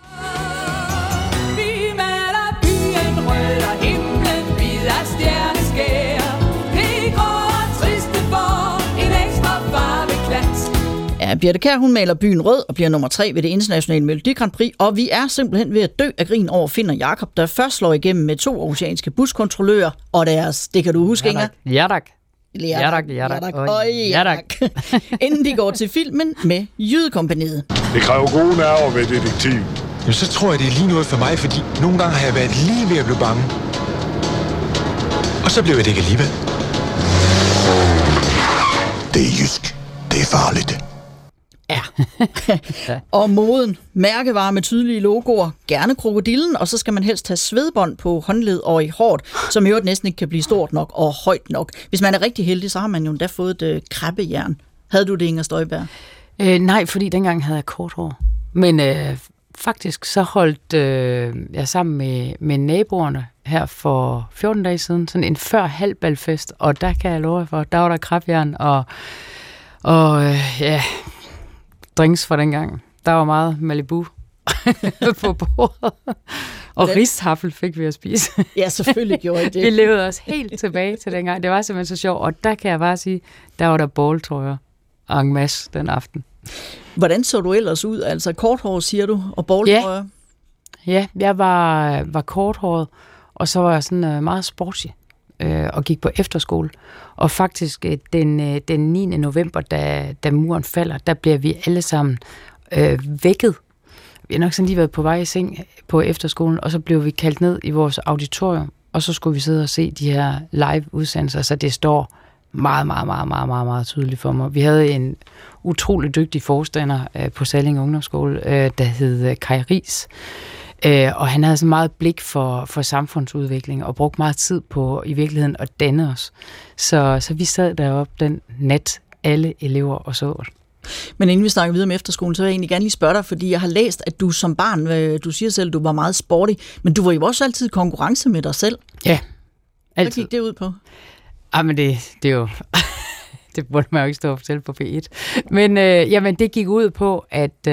Ja, Birthe Kjær, hun maler byen rød og bliver nummer 3 ved det internationale Melodi Grand Prix, og vi er simpelthen ved at dø af grin over Finn og Jakob, der først slår igennem med 2 oceanske buskontrollører og deres, det kan du huske, Inger? Ja tak. Ja tak. Inden de går til filmen med Jydekompagniet. Det kræver gode nerver at være detektiv. Jamen, så tror jeg, det er lige noget for mig, fordi nogle gange har jeg været lige ved at blive bange. Og så blev jeg det ikke alligevel. Det er jysk. Det er farligt. Ja. Og moden, mærkevarer med tydelige logoer, gerne krokodillen, og så skal man helst have svedbånd på håndled og i hårdt, som i øvrigt næsten ikke kan blive stort nok og højt nok. Hvis man er rigtig heldig, så har man jo endda fået et krabbejern. Havde du det, Inger Støjberg? Nej, fordi dengang havde jeg kort hår. Men faktisk så holdt jeg sammen med naboerne her for 14 dage siden, sådan en før halvbalfest, og der kan jeg love for, der var der krabbejern og drinks fra dengang. Der var meget Malibu på bordet. Og rishaffel fik vi at spise. Ja, selvfølgelig gjorde I det. Vi levede os helt tilbage til dengang. Det var simpelthen så sjovt. Og der kan jeg bare sige, der var der balltrøjer en masse den aften. Hvordan så du ellers ud? Altså korthår, siger du, og balltrøjer? Ja, jeg var korthåret, og så var jeg sådan meget sporty og gik på efterskole. Og faktisk den 9. november, da muren falder, der bliver vi alle sammen vækket. Vi har nok sådan lige været på vej i seng på efterskolen, og så blev vi kaldt ned i vores auditorium, og så skulle vi sidde og se de her live-udsendelser, så det står meget, meget, meget, meget, meget, meget tydeligt for mig. Vi havde en utrolig dygtig forstander på Salling Ungdomsskole, der hed Kai Ries, og han havde så meget blik for samfundsudvikling og brugte meget tid på i virkeligheden at danne os. Så vi sad deroppe den nat, alle elever, og så. Men inden vi snakker videre om efterskolen, så vil jeg egentlig gerne lige spørge dig, fordi jeg har læst, at du som barn, du siger selv, at du var meget sporty, men du var jo også altid i konkurrence med dig selv. Ja, altid. Hvad gik det ud på? Men det er jo... det burde man jo ikke stå og fortælle på P1. Men jamen, det gik ud på,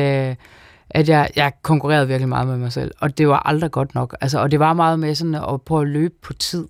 at jeg konkurrerede virkelig meget med mig selv, og det var aldrig godt nok. Altså, og det var meget med sådan at prøve at løbe på tid.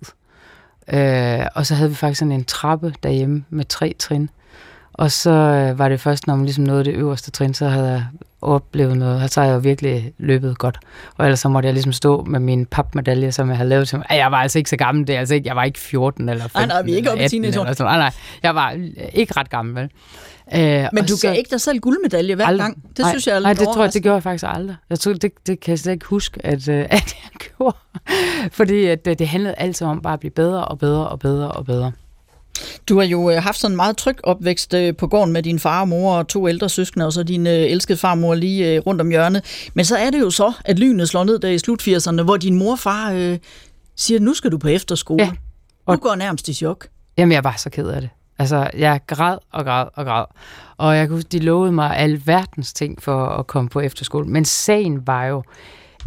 Og så havde vi faktisk sådan en trappe derhjemme med 3 trin. Og så var det først, når man ligesom nåede det øverste trin, så havde jeg oplevet noget. Så havde jeg virkelig løbet godt. Og ellers så måtte jeg ligesom stå med min papmedalje, som jeg havde lavet til mig. Jeg var altså ikke så gammel. Det er altså ikke, jeg var ikke 14 eller 15 nej, vi er ikke oppe i teenageår. Nej, jeg var ikke ret gammel, vel? Men du gav ikke dig selv guldmedalje hver gang? Det synes jeg er lidt nej, det tror jeg, det gjorde jeg faktisk aldrig. Jeg tror, det kan jeg slet ikke huske, at jeg gjorde. Fordi at det handlede altid om bare at blive bedre og bedre og bedre og bedre. Du har jo haft sådan en meget tryg opvækst på gården med din far og mor og 2 ældre søskende, og så din elskede farmor lige rundt om hjørnet. Men så er det jo så, at lynet slår ned der i slut 80'erne, hvor din mor og far siger, nu skal du på efterskole. Ja. Og du går nærmest i chok. Jamen, jeg var så ked af det. Altså, jeg græd og græd og græd. Og jeg kunne huske, de lovede mig alverdens ting for at komme på efterskole. Men sagen var jo,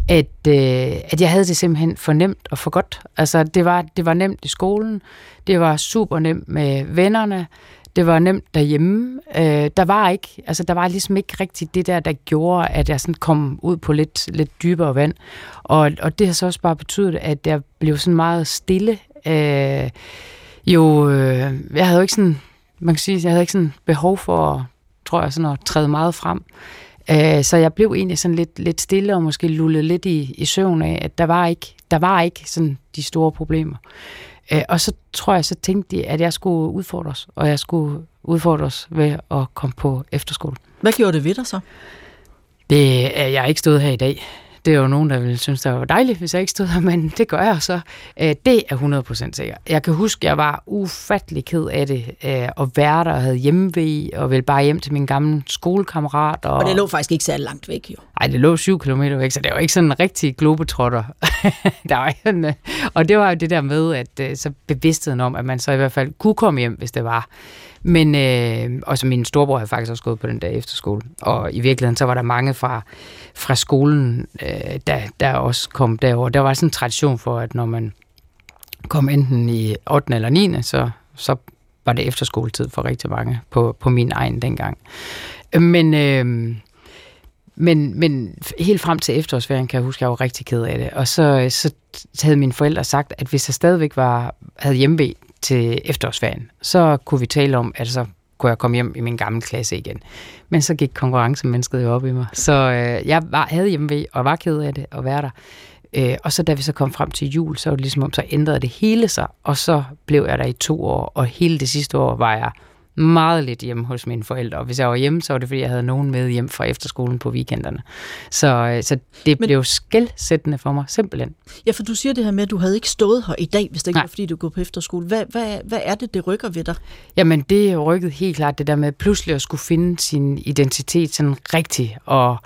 at jeg havde det simpelthen for nemt og for godt. Altså, det var nemt i skolen, det var super nemt med vennerne, det var nemt derhjemme. Der var ligesom ikke rigtigt det der gjorde, at jeg sådan kom ud på lidt dybere vand. Og det har så også bare betydet, at jeg blev sådan meget stille. Jeg havde jo ikke sådan, man kan sige, jeg havde ikke sådan behov for, tror jeg, sådan at træde meget frem. Så jeg blev egentlig sådan lidt stille og måske lullet lidt i søvn af, at der var ikke sådan de store problemer. Og så tror jeg, så tænkte de, at jeg skulle udfordres, og jeg skulle udfordres ved at komme på efterskole. Hvad gjorde det ved dig så? Jeg er ikke stået her i dag. Det er jo nogen, der ville synes, det var dejligt, hvis jeg ikke stod her, men det gør jeg så. Det er 100% sikkert. Jeg kan huske, jeg var ufattelig ked af det, at være der og havde hjemmevæg, og ville bare hjem til min gamle skolekammerat. Og det lå faktisk ikke så langt væk, jo. Nej, det lå 7 kilometer væk, så det var ikke sådan en rigtig globetrotter. Og det var jo det der med, at så bevidstheden om, at man så i hvert fald kunne komme hjem, hvis det var. Men også min storebror havde faktisk også gået på den der efterskole. Og i virkeligheden, så var der mange fra skolen, der også kom derover. Der var sådan en tradition for, at når man kom enten i 8. eller 9., så var det efterskoletid for rigtig mange på min egen dengang. Men helt frem til efterårsferien, kan jeg huske, jeg var rigtig ked af det. Og så havde mine forældre sagt, at hvis jeg stadigvæk havde hjemmevæg til efterårsferien, så kunne vi tale om, at så kunne jeg komme hjem i min gamle klasse igen. Men så gik konkurrencemennesket jo op i mig. Så jeg havde hjemmevæg og var ked af det at være der. Og så da vi så kom frem til jul, så var det ligesom om, så ændrede det hele sig, og så blev jeg der i 2 år, og hele det sidste år var jeg meget lidt hjemme hos mine forældre. Og hvis jeg var hjemme, så var det, fordi jeg havde nogen med hjem fra efterskolen på weekenderne. Så det blev skelsættende for mig, simpelthen. Ja, for du siger det her med, at du havde ikke stået her i dag, hvis det ikke var, fordi du går på efterskole. Hvad er det rykker ved dig? Jamen, det rykkede helt klart det der med pludselig at skulle finde sin identitet sådan rigtig, og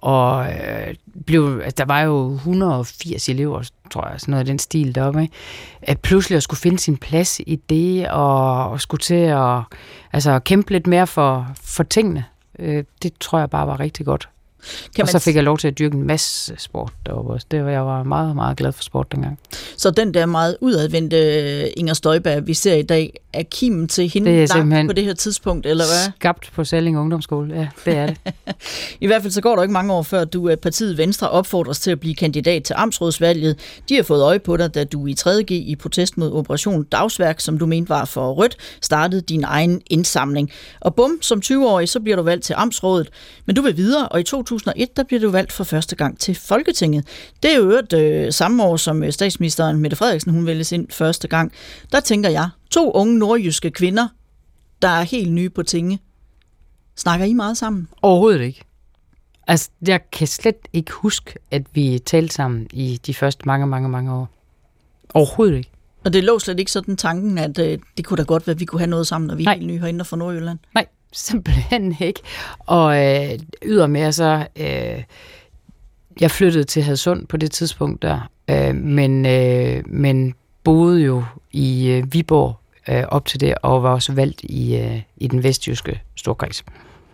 der var jo 180 elever, tror jeg, sådan noget af den stil deroppe, ikke? At pludselig at skulle finde sin plads i det, og skulle til at kæmpe lidt mere for tingene. Det tror jeg bare var rigtig godt. Og så fik jeg lov til at dyrke en masse sport deroppe også. Jeg var meget, meget glad for sport dengang. Så den der meget udadvendte Inger Støjberg, vi ser i dag, er kimen til hende langt på det her tidspunkt, eller hvad? Skabt på Salling Ungdomsskole, ja, det er det. I hvert fald så går der ikke mange år før, du af partiet Venstre opfordres til at blive kandidat til amtsrådsvalget. De har fået øje på dig, da du i 3.G i protest mod Operation Dagsværk, som du mente var for rødt, startede din egen indsamling. Og bum, som 20-årig, så bliver du valgt til amtsrådet. Men du vil videre, og i 2001, der bliver du valgt for første gang til Folketinget. Det er jo samme år, som statsministeren Mette Frederiksen, hun vælges ind første gang. Der tænker jeg, 2 unge nordjyske kvinder, der er helt nye på tinge. Snakker I meget sammen? Overhovedet ikke. Altså, jeg kan slet ikke huske, at vi talte sammen i de første mange år. Overhovedet ikke. Og det lå slet ikke sådan tanken, at det kunne da godt være, at vi kunne have noget sammen, når vi er helt nye herinde fra Nordjylland? Nej, simpelthen ikke. Og ydermere så, jeg flyttede til Hadsund på det tidspunkt der, men boede jo i Viborg op til det, og var også valgt i den vestjyske storkreds.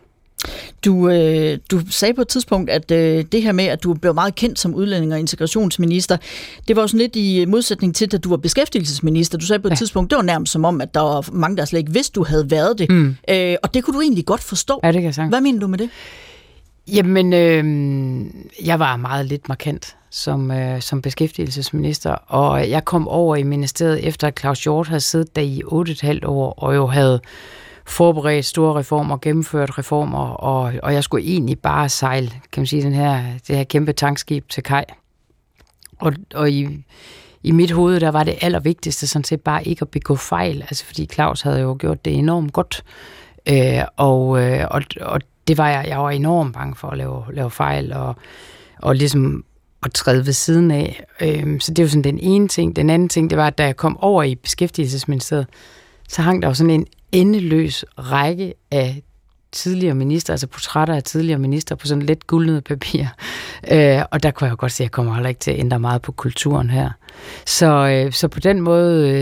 Du sagde på et tidspunkt, at det her med, at du blev meget kendt som udlænding- og integrationsminister, det var jo sådan lidt i modsætning til, at du var beskæftigelsesminister. Du sagde på et tidspunkt, det var nærmest som om, at der var mange, der slet ikke vidste, du havde været det. Og det kunne du egentlig godt forstå. Ja, det kan jeg sige. Hvad mener du med det? Jamen, jeg var meget lidt markant som beskæftigelsesminister, og jeg kom over i ministeriet efter, at Claus Hjort havde siddet der i 8,5 år, og jo havde forberedt store reformer, gennemført reformer, og jeg skulle egentlig bare sejle, kan man sige, det her kæmpe tankskib til kaj. Og i mit hoved, der var det allervigtigste sådan set bare ikke at begå fejl, altså fordi Claus havde jo gjort det enormt godt, og det var jeg var enormt bange for at lave fejl, og ligesom at træde ved siden af. Så det er jo sådan den ene ting. Den anden ting, det var, at da jeg kom over i beskæftigelsesministeriet, så hang der jo sådan en endeløs række af tidligere minister, altså portrætter af tidligere minister på sådan lidt gulnet papir. Og der kunne jeg jo godt se, at jeg kommer heller ikke til at ændre meget på kulturen her. Så på den måde,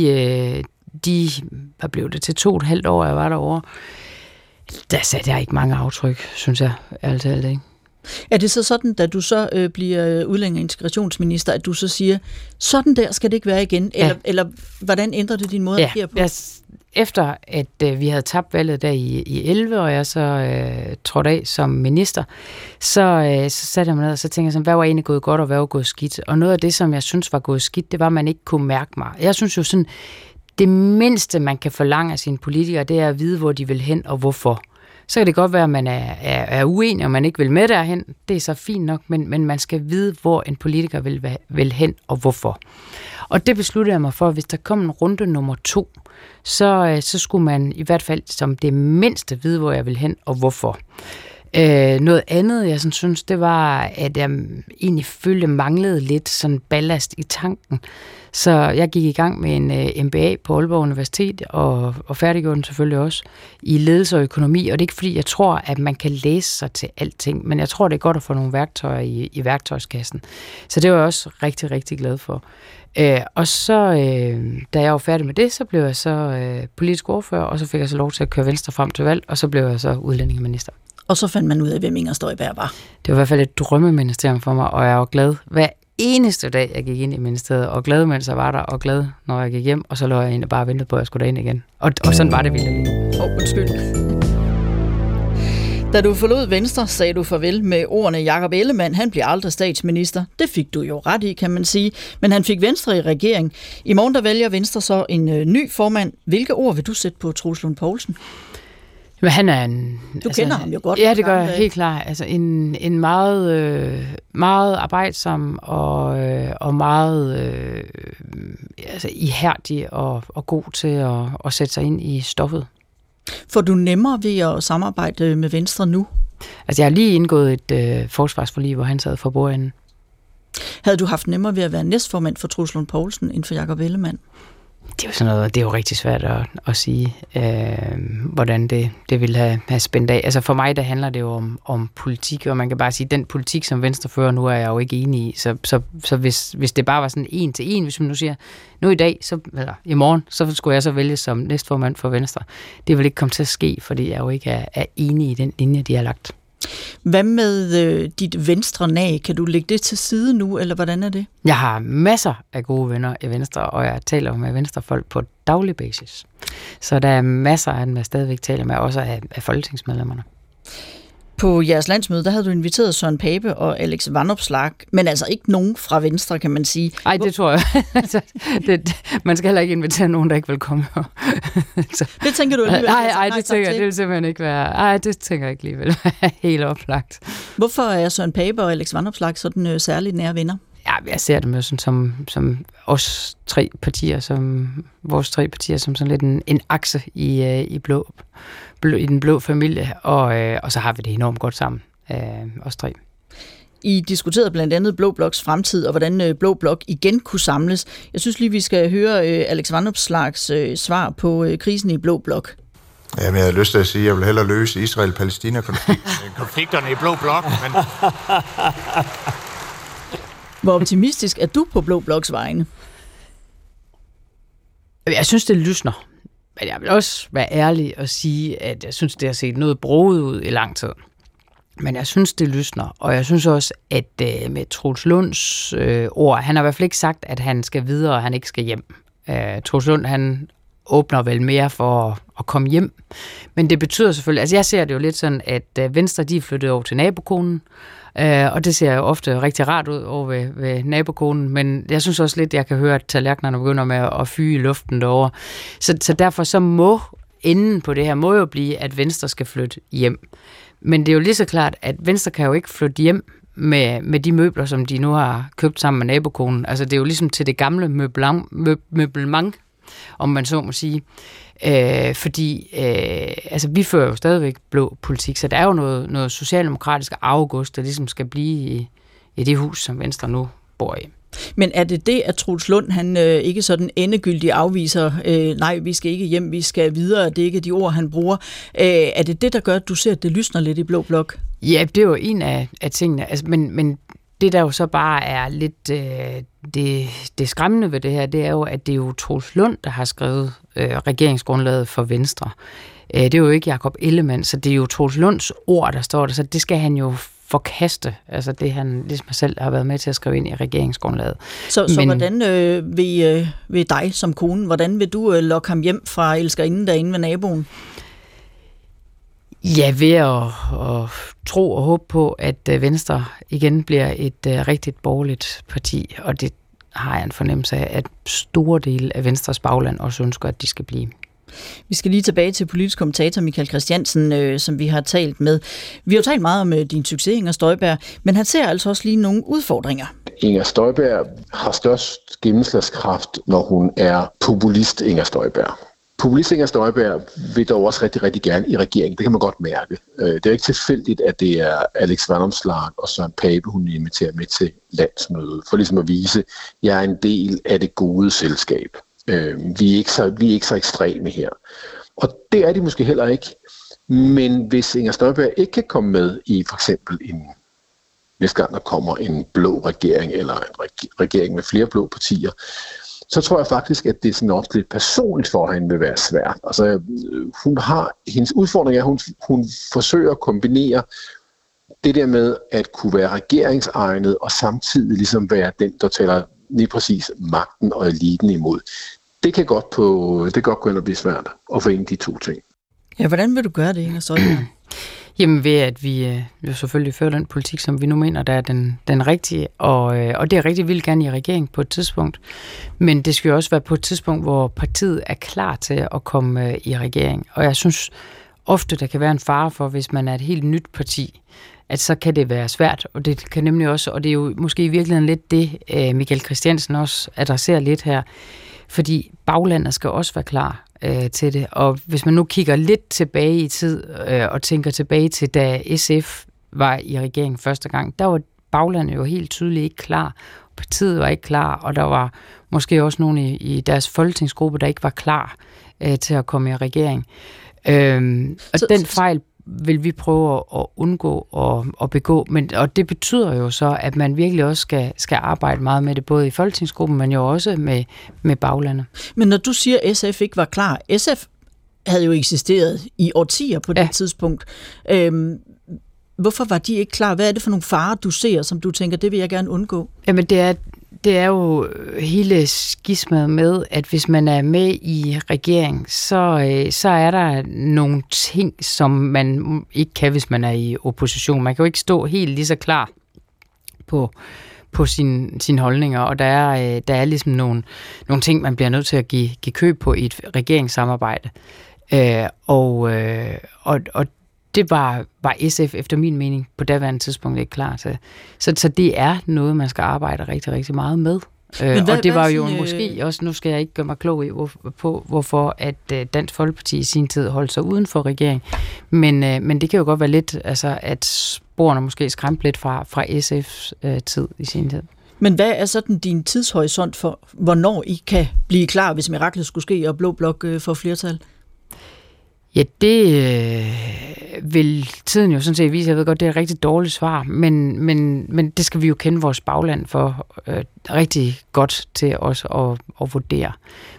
hvad blev det til 2,5 år, jeg var derovre, der satte jeg ikke mange aftryk, synes jeg, ærligt talt, ikke? Er det så sådan, da du så bliver udlændinge- og integrationsminister, at du så siger, sådan der skal det ikke være igen? Eller hvordan ændrer det din måde at agere på? Efter at vi havde tabt valget der i 11, og jeg så trådte af som minister, så satte jeg mig ned og så tænkte jeg sådan, hvad var egentlig gået godt, og hvad var gået skidt? Og noget af det, som jeg synes var gået skidt, det var, at man ikke kunne mærke mig. Jeg synes jo sådan, det mindste, man kan forlange af sine politikere, det er at vide, hvor de vil hen og hvorfor. Så kan det godt være, at man er uenig, og man ikke vil med derhen. Det er så fint nok, men man skal vide, hvor en politiker vil hen og hvorfor. Og det besluttede jeg mig for, at hvis der kom en runde nummer 2, så skulle man i hvert fald som det mindste vide, hvor jeg vil hen og hvorfor. Noget andet, jeg sådan synes, det var, at jeg egentlig følte manglede lidt sådan ballast i tanken. Så jeg gik i gang med en MBA på Aalborg Universitet, og færdiggjorde den selvfølgelig også, i ledelse og økonomi. Og det er ikke fordi, jeg tror, at man kan læse sig til alting, men jeg tror, det er godt at få nogle værktøjer i værktøjskassen. Så det var jeg også rigtig, rigtig glad for. Og så, da jeg var færdig med det, så blev jeg så politisk ordfører, og så fik jeg så lov til at køre Venstre frem til valg, og så blev jeg så udlændingeminister. Og så fandt man ud af, hvem Inger Støjberg var. Det var i hvert fald et drømmeministerium for mig, og jeg var glad hver eneste dag, jeg gik ind i ministeriet, og glad, mens jeg var der, og glad, når jeg gik hjem, og så lå jeg egentlig bare og ventede på, at jeg skulle derind igen. Og sådan var det vildt. Undskyld. Da du forlod Venstre, sagde du farvel med ordene Jakob Ellemann, han bliver aldrig statsminister. Det fik du jo ret i, kan man sige. Men han fik Venstre i regering. I morgen der vælger Venstre så en ny formand. Hvilke ord vil du sætte på Troels Lund Poulsen? Men han er en... Du kender ham jo godt. Ja, det gør jeg helt klart. Altså en meget arbejdsom og meget ihærdig og god til at sætte sig ind i stoffet. Får du nemmere ved at samarbejde med Venstre nu? Altså, jeg har lige indgået et forsvarsforlig, hvor han sad for bordenden. Havde du haft nemmere ved at være næstformand for Troels Lund Poulsen end for Jakob Ellemann? Det er jo sådan noget, det er jo rigtig svært at sige, hvordan det ville have spændt af. Altså for mig, der handler det jo om politik, og man kan bare sige, den politik, som Venstre fører nu, er jeg jo ikke enig i. Så hvis det bare var sådan en til en, hvis man nu siger, nu i dag, eller i morgen, så skulle jeg så vælge som næstformand for Venstre. Det vil ikke komme til at ske, fordi jeg jo ikke er enig i den linje, de har lagt. Hvad med dit venstre nag? Kan du lægge det til side nu, eller hvordan er det? Jeg har masser af gode venner i Venstre, og jeg taler med venstrefolk på daglig basis. Så der er masser af dem, jeg stadigvæk taler med, også af folketingsmedlemmerne. På jeres landsmøde, der havde du inviteret Søren Pape og Alex Vanopslagh, men altså ikke nogen fra Venstre, kan man sige. Nej, det tror jeg. Man skal heller ikke invitere nogen, der ikke vil komme. Det tænker du alligevel? Nej, det vil simpelthen ikke være. Nej, det tænker jeg ikke alligevel være helt oplagt. Hvorfor er Søren Pape og Alex Vanopslagh sådan særligt nære venner? Ja, jeg ser dem jo sådan som os tre partier, vores tre partier, som sådan lidt en akse i den blå familie, og så har vi det enormt godt sammen, os tre. I diskuterede blandt andet Blå Bloks fremtid, og hvordan Blå Blok igen kunne samles. Jeg synes lige, vi skal høre Alex Vanopslaghs svar på krisen i Blå Blok. Jamen, jeg havde lyst til at sige, at jeg vil hellere løse Israel-Palæstina-konflikten end konflikterne i Blå Blok, men... Hvor optimistisk er du på Blå Bloks vegne? Jeg synes, det lysner. Men jeg vil også være ærlig og sige, at jeg synes, det har set noget broget ud i lang tid. Men jeg synes, det lysner. Og jeg synes også, at med Troels Lunds ord, han har i hvert fald ikke sagt, at han skal videre, og han ikke skal hjem. Troels Lund, han åbner vel mere for at komme hjem. Men det betyder selvfølgelig, altså jeg ser det jo lidt sådan, at Venstre, de er flyttet over til nabokonen, og det ser jo ofte rigtig rart ud over ved nabokonen, men jeg synes også lidt, jeg kan høre, at tallerkenerne begynder med at fyge i luften derovre. Så derfor så må enden på det her må jo blive, at Venstre skal flytte hjem. Men det er jo lige så klart, at Venstre kan jo ikke flytte hjem med de møbler, som de nu har købt sammen med nabokonen. Altså det er jo ligesom til det gamle møblement, om man så må sige. Fordi altså vi fører jo stadigvæk blå politik, så der er jo noget socialdemokratisk arvegods, der ligesom skal blive i det hus, som Venstre nu bor i. Men er det det, at Troels Lund, han ikke sådan endegyldigt afviser, nej, vi skal ikke hjem, vi skal videre, det er ikke de ord, han bruger. Er det det, der gør, at du ser, at det lysner lidt i Blå Blok? Ja, det er jo en af tingene, altså, men det, der jo så bare er lidt det skræmmende ved det her, det er jo, at det er jo Troels Lund, der har skrevet regeringsgrundlaget for Venstre. Det er jo ikke Jakob Ellemann, så det er jo Troels Lunds ord, der står der, så det skal han jo forkaste, altså det han ligesom selv har været med til at skrive ind i regeringsgrundlaget. Så hvordan vil dig som kone, hvordan vil du lokke ham hjem fra elskerinden derinde ved naboen? Ja, ved at tro og håbe på, at Venstre igen bliver et rigtigt borgerligt parti, og det har jeg en fornemmelse af, at store dele af Venstres bagland også ønsker, at de skal blive. Vi skal lige tilbage til politisk kommentator Michael Christiansen, som vi har talt med. Vi har jo talt meget om din succes, Inger Støjberg, men han ser altså også lige nogle udfordringer. Inger Støjberg har størst gennemslagskraft, når hun er populist Inger Støjberg. Populist Inger Støjberg vil dog også rigtig, rigtig gerne i regeringen. Det kan man godt mærke. Det er ikke tilfældigt, at det er Alex Vanopslagh og Søren Pape, hun inviterer med til landsmødet, for ligesom at vise, at jeg er en del af det gode selskab. Vi er ikke så ekstreme her. Og det er de måske heller ikke. Men hvis Inger Støjberg ikke kan komme med i for eksempel næste gang der kommer en blå regering, eller en regering med flere blå partier, så tror jeg faktisk, at det er sådan også lidt personligt for hende vil være svært. Altså, hendes udfordring er, at hun forsøger at kombinere det der med at kunne være regeringsegnet, og samtidig ligesom være den, der taler lige præcis magten og eliten imod. Det kan godt gå ind og blive svært at forene de to ting. Ja, hvordan vil du gøre det, Inger Støjberg? Jamen ved, at vi jo selvfølgelig fører den politik, som vi nu mener, der er den rigtige, og det er rigtig vildt gerne i regering på et tidspunkt. Men det skal jo også være på et tidspunkt, hvor partiet er klar til at komme i regering. Og jeg synes ofte, der kan være en fare for, hvis man er et helt nyt parti, at så kan det være svært, og det kan nemlig også, og det er jo måske i virkeligheden lidt det, Michael Christiansen også adresserer lidt her, fordi baglandet skal også være klar til det, og hvis man nu kigger lidt tilbage i tid, og tænker tilbage til, da SF var i regeringen første gang, der var baglandet jo helt tydeligt ikke klar, partiet var ikke klar, og der var måske også nogen i deres folketingsgruppe, der ikke var klar til at komme i regering. Og den fejl vil vi prøve at undgå og begå, og det betyder jo så, at man virkelig også skal arbejde meget med det, både i folketingsgruppen, men jo også med baglandet. Men når du siger, at SF ikke var klar, SF havde jo eksisteret i årtier på det tidspunkt. Hvorfor var de ikke klar? Hvad er det for nogle farer, du ser, som du tænker, det vil jeg gerne undgå? Jamen det er jo hele skismet med, at hvis man er med i regering, så er der nogle ting, som man ikke kan, hvis man er i opposition. Man kan jo ikke stå helt lige så klar på sine holdninger, og der er ligesom nogle ting, man bliver nødt til at give køb på i et regeringssamarbejde. Og det var SF efter min mening på daværende tidspunkt ikke klar til. Så det er noget, man skal arbejde rigtig, rigtig meget med. Og det var jo måske også, nu skal jeg ikke gøre mig klog i, hvorfor at Dansk Folkeparti i sin tid holdt sig uden for regering. Men det kan jo godt være lidt, altså, at sporene måske skræmte lidt fra SF's tid i sin tid. Men hvad er sådan din tidshorisont for, hvornår I kan blive klar, hvis miraklet skulle ske, og Blå Blok får flertal? Ja, det vil tiden jo sådan set vise. Jeg ved godt, det er et rigtig dårligt svar, men det skal vi jo kende vores bagland for rigtig godt til os at vurdere.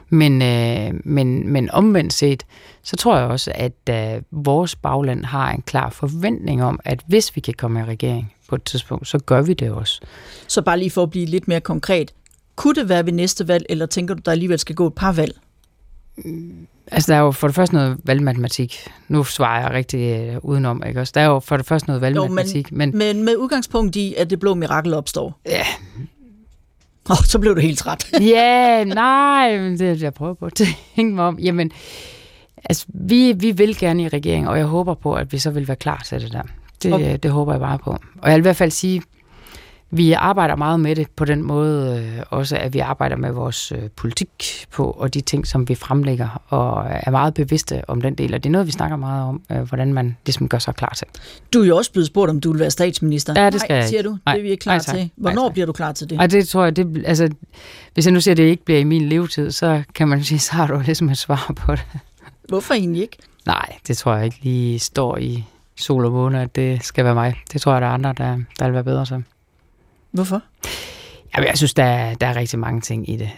Men omvendt set, så tror jeg også, at vores bagland har en klar forventning om, at hvis vi kan komme i regering på et tidspunkt, så gør vi det også. Så bare lige for at blive lidt mere konkret, kunne det være ved næste valg, eller tænker du, der alligevel skal gå et par valg? Altså, der er jo for det første noget valgmatematik. Nu svarer jeg rigtig udenom, ikke også? Der er jo for det første noget valgmatematik. Men med udgangspunkt i, at det blå mirakel opstår? Ja. Så blev du helt træt. Ja, nej, men det jeg prøver på at tænke mig om. Jamen, altså, vi vil gerne i regering, og jeg håber på, at vi så vil være klar til det der. Det håber jeg bare på. Og jeg vil i hvert fald sige, vi arbejder meget med det på den måde også, at vi arbejder med vores politik på, og de ting, som vi fremlægger, og er meget bevidste om den del. Og det er noget, vi snakker meget om, hvordan man ligesom gør sig klar til. Du er jo også blevet spurgt, om du vil være statsminister. Ja, det skal jeg siger du. Nej, det er vi ikke klar til. Hvornår bliver du klar til det? Nej, det tror jeg, altså, hvis jeg nu siger, at det ikke bliver i min levetid, så kan man sige, så har du ligesom et svar på det. Hvorfor egentlig ikke? Nej, det tror jeg ikke lige står i sol og måne, at det skal være mig. Det tror jeg, der er andre, der vil være bedre så. Hvorfor? Jamen, jeg synes, der er rigtig mange ting i det.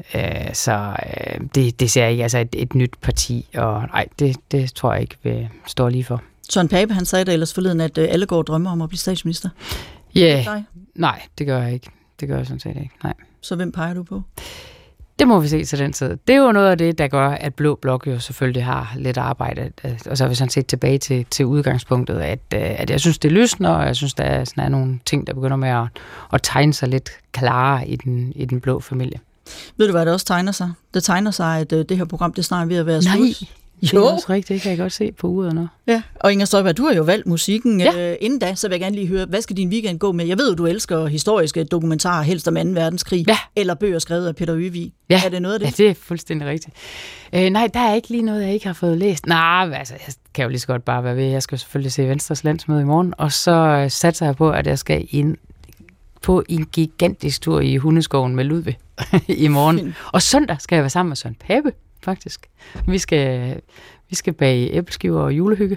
Det ser jeg ikke. Altså et nyt parti, og nej, det tror jeg ikke vil stå lige for. Søren Pape, han sagde det ellers forleden, at alle går og drømmer om at blive statsminister. Ja, nej, det gør jeg ikke. Det gør jeg sådan set ikke, nej. Så hvem peger du på? Det må vi se til den tid. Det er jo noget af det, der gør, at Blå Blok jo selvfølgelig har lidt arbejde. Og så har vi sådan set tilbage til udgangspunktet, at jeg synes, det lysner, og jeg synes, der er nogle ting, der begynder med at tegne sig lidt klarere i den blå familie. Ved du, hvad der også tegner sig? Det tegner sig, at det her program, det snart er ved at være slut. Nej, det er også rigtigt. Det kan jeg godt se på uret nu. Ja, og Inger Støjberg, du har jo valgt musikken. Ja. Inden da, så vil jeg gerne lige høre, hvad skal din weekend gå med? Jeg ved jo, du elsker historiske dokumentarer, helst om 2. verdenskrig, eller bøger skrevet af Peter Øvig. Ja. Er det noget af det? Ja, det er fuldstændig rigtigt. Nej, der er ikke lige noget, jeg ikke har fået læst. Nej, altså, jeg kan jo lige så godt bare være ved. Jeg skal selvfølgelig se Venstres landsmøde i morgen, og så satser jeg på, at jeg skal ind på en gigantisk tur i Hundeskoven med Ludvig i morgen. Og søndag skal jeg være sammen med Søren Pape, faktisk. Vi skal bage æbleskiver og julehygge.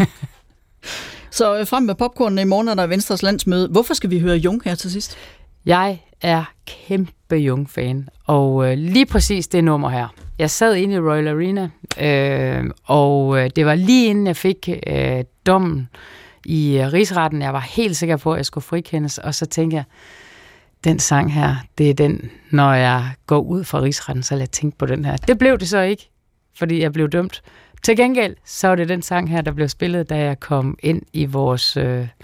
Så frem med popcornen i morgen, er der Venstres landsmøde. Hvorfor skal vi høre Jung her til sidst? Jeg er kæmpe Jung-fan, og lige præcis det nummer her. Jeg sad inde i Royal Arena, og det var lige inden jeg fik dommen i rigsretten. Jeg var helt sikker på, at jeg skulle frikendes, og så tænkte jeg, den sang her, det er den, når jeg går ud fra rigsretten, så lad jeg tænke på den her. Det blev det så ikke, fordi jeg blev dømt. Til gengæld, så var det den sang her, der blev spillet, da jeg kom ind i vores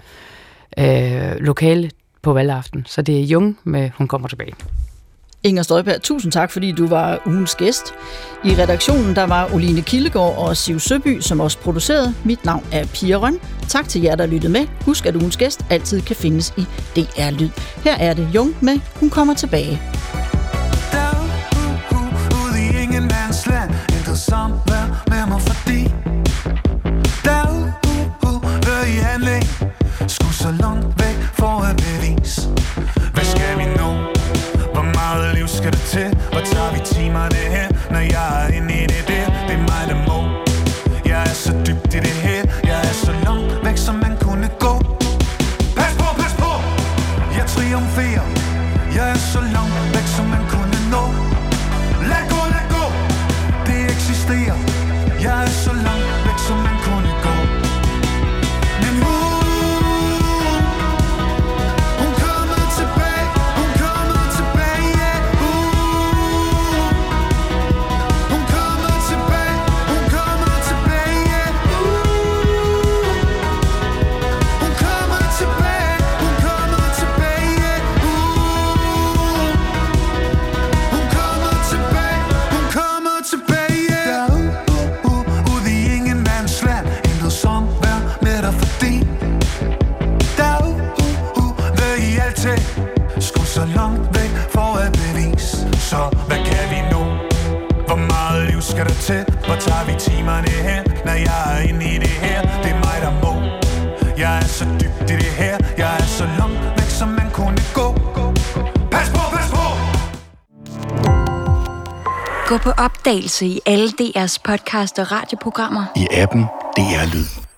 lokale på valgaften. Så det er Jung med Hun kommer tilbage. Inger Støjberg, tusind tak, fordi du var ugens gæst. I redaktionen, der var Oline Kildegård og Siv Søby, som også producerede. Mit navn er Pia Røn. Tak til jer, der lyttede med. Husk, at ugens gæst altid kan findes i DR Lyd. Her er det Jung med Hun kommer tilbage. Ude i ingenmandsland, interessant vær med mig, fordi der i handling, skulle så langt væk for at bevise. Hvad skal vi nå? Hvor meget liv skal det til? Hvor tager vi timer det her? Når jeg er inde i det der, det er mig der må. Jeg er så dybt i det her, jeg er så langt væk som man kunne gå. Pas på! Jeg triumferer. Jeg er så langt væk som man kunne nå. Lad gå! Det eksisterer. Jeg er så langt væk som man kunne gå. Men hun kommer tilbage, hun kommer tilbage, yeah. Hun kommer tilbage, hun kommer tilbage, yeah. Hun kommer tilbage, hun kommer tilbage, yeah. Hun kommer tilbage, hun kommer tilbage, yeah. Ude i ingenmandsland, intet som vær med dig, fordi der hvad i alting skulle så langt væk for at bevise. Så hvad kan vi nå? Hvor meget liv skal der til? Hvor tager vi timerne hen? Når jeg er inde i det her, det er mig der må. Jeg er så dybt i det her, jeg er så langt væk som man kunne gå. Pas på! Gå på opdagelse i alle DR's podcast og radioprogrammer. I appen DR Lyd.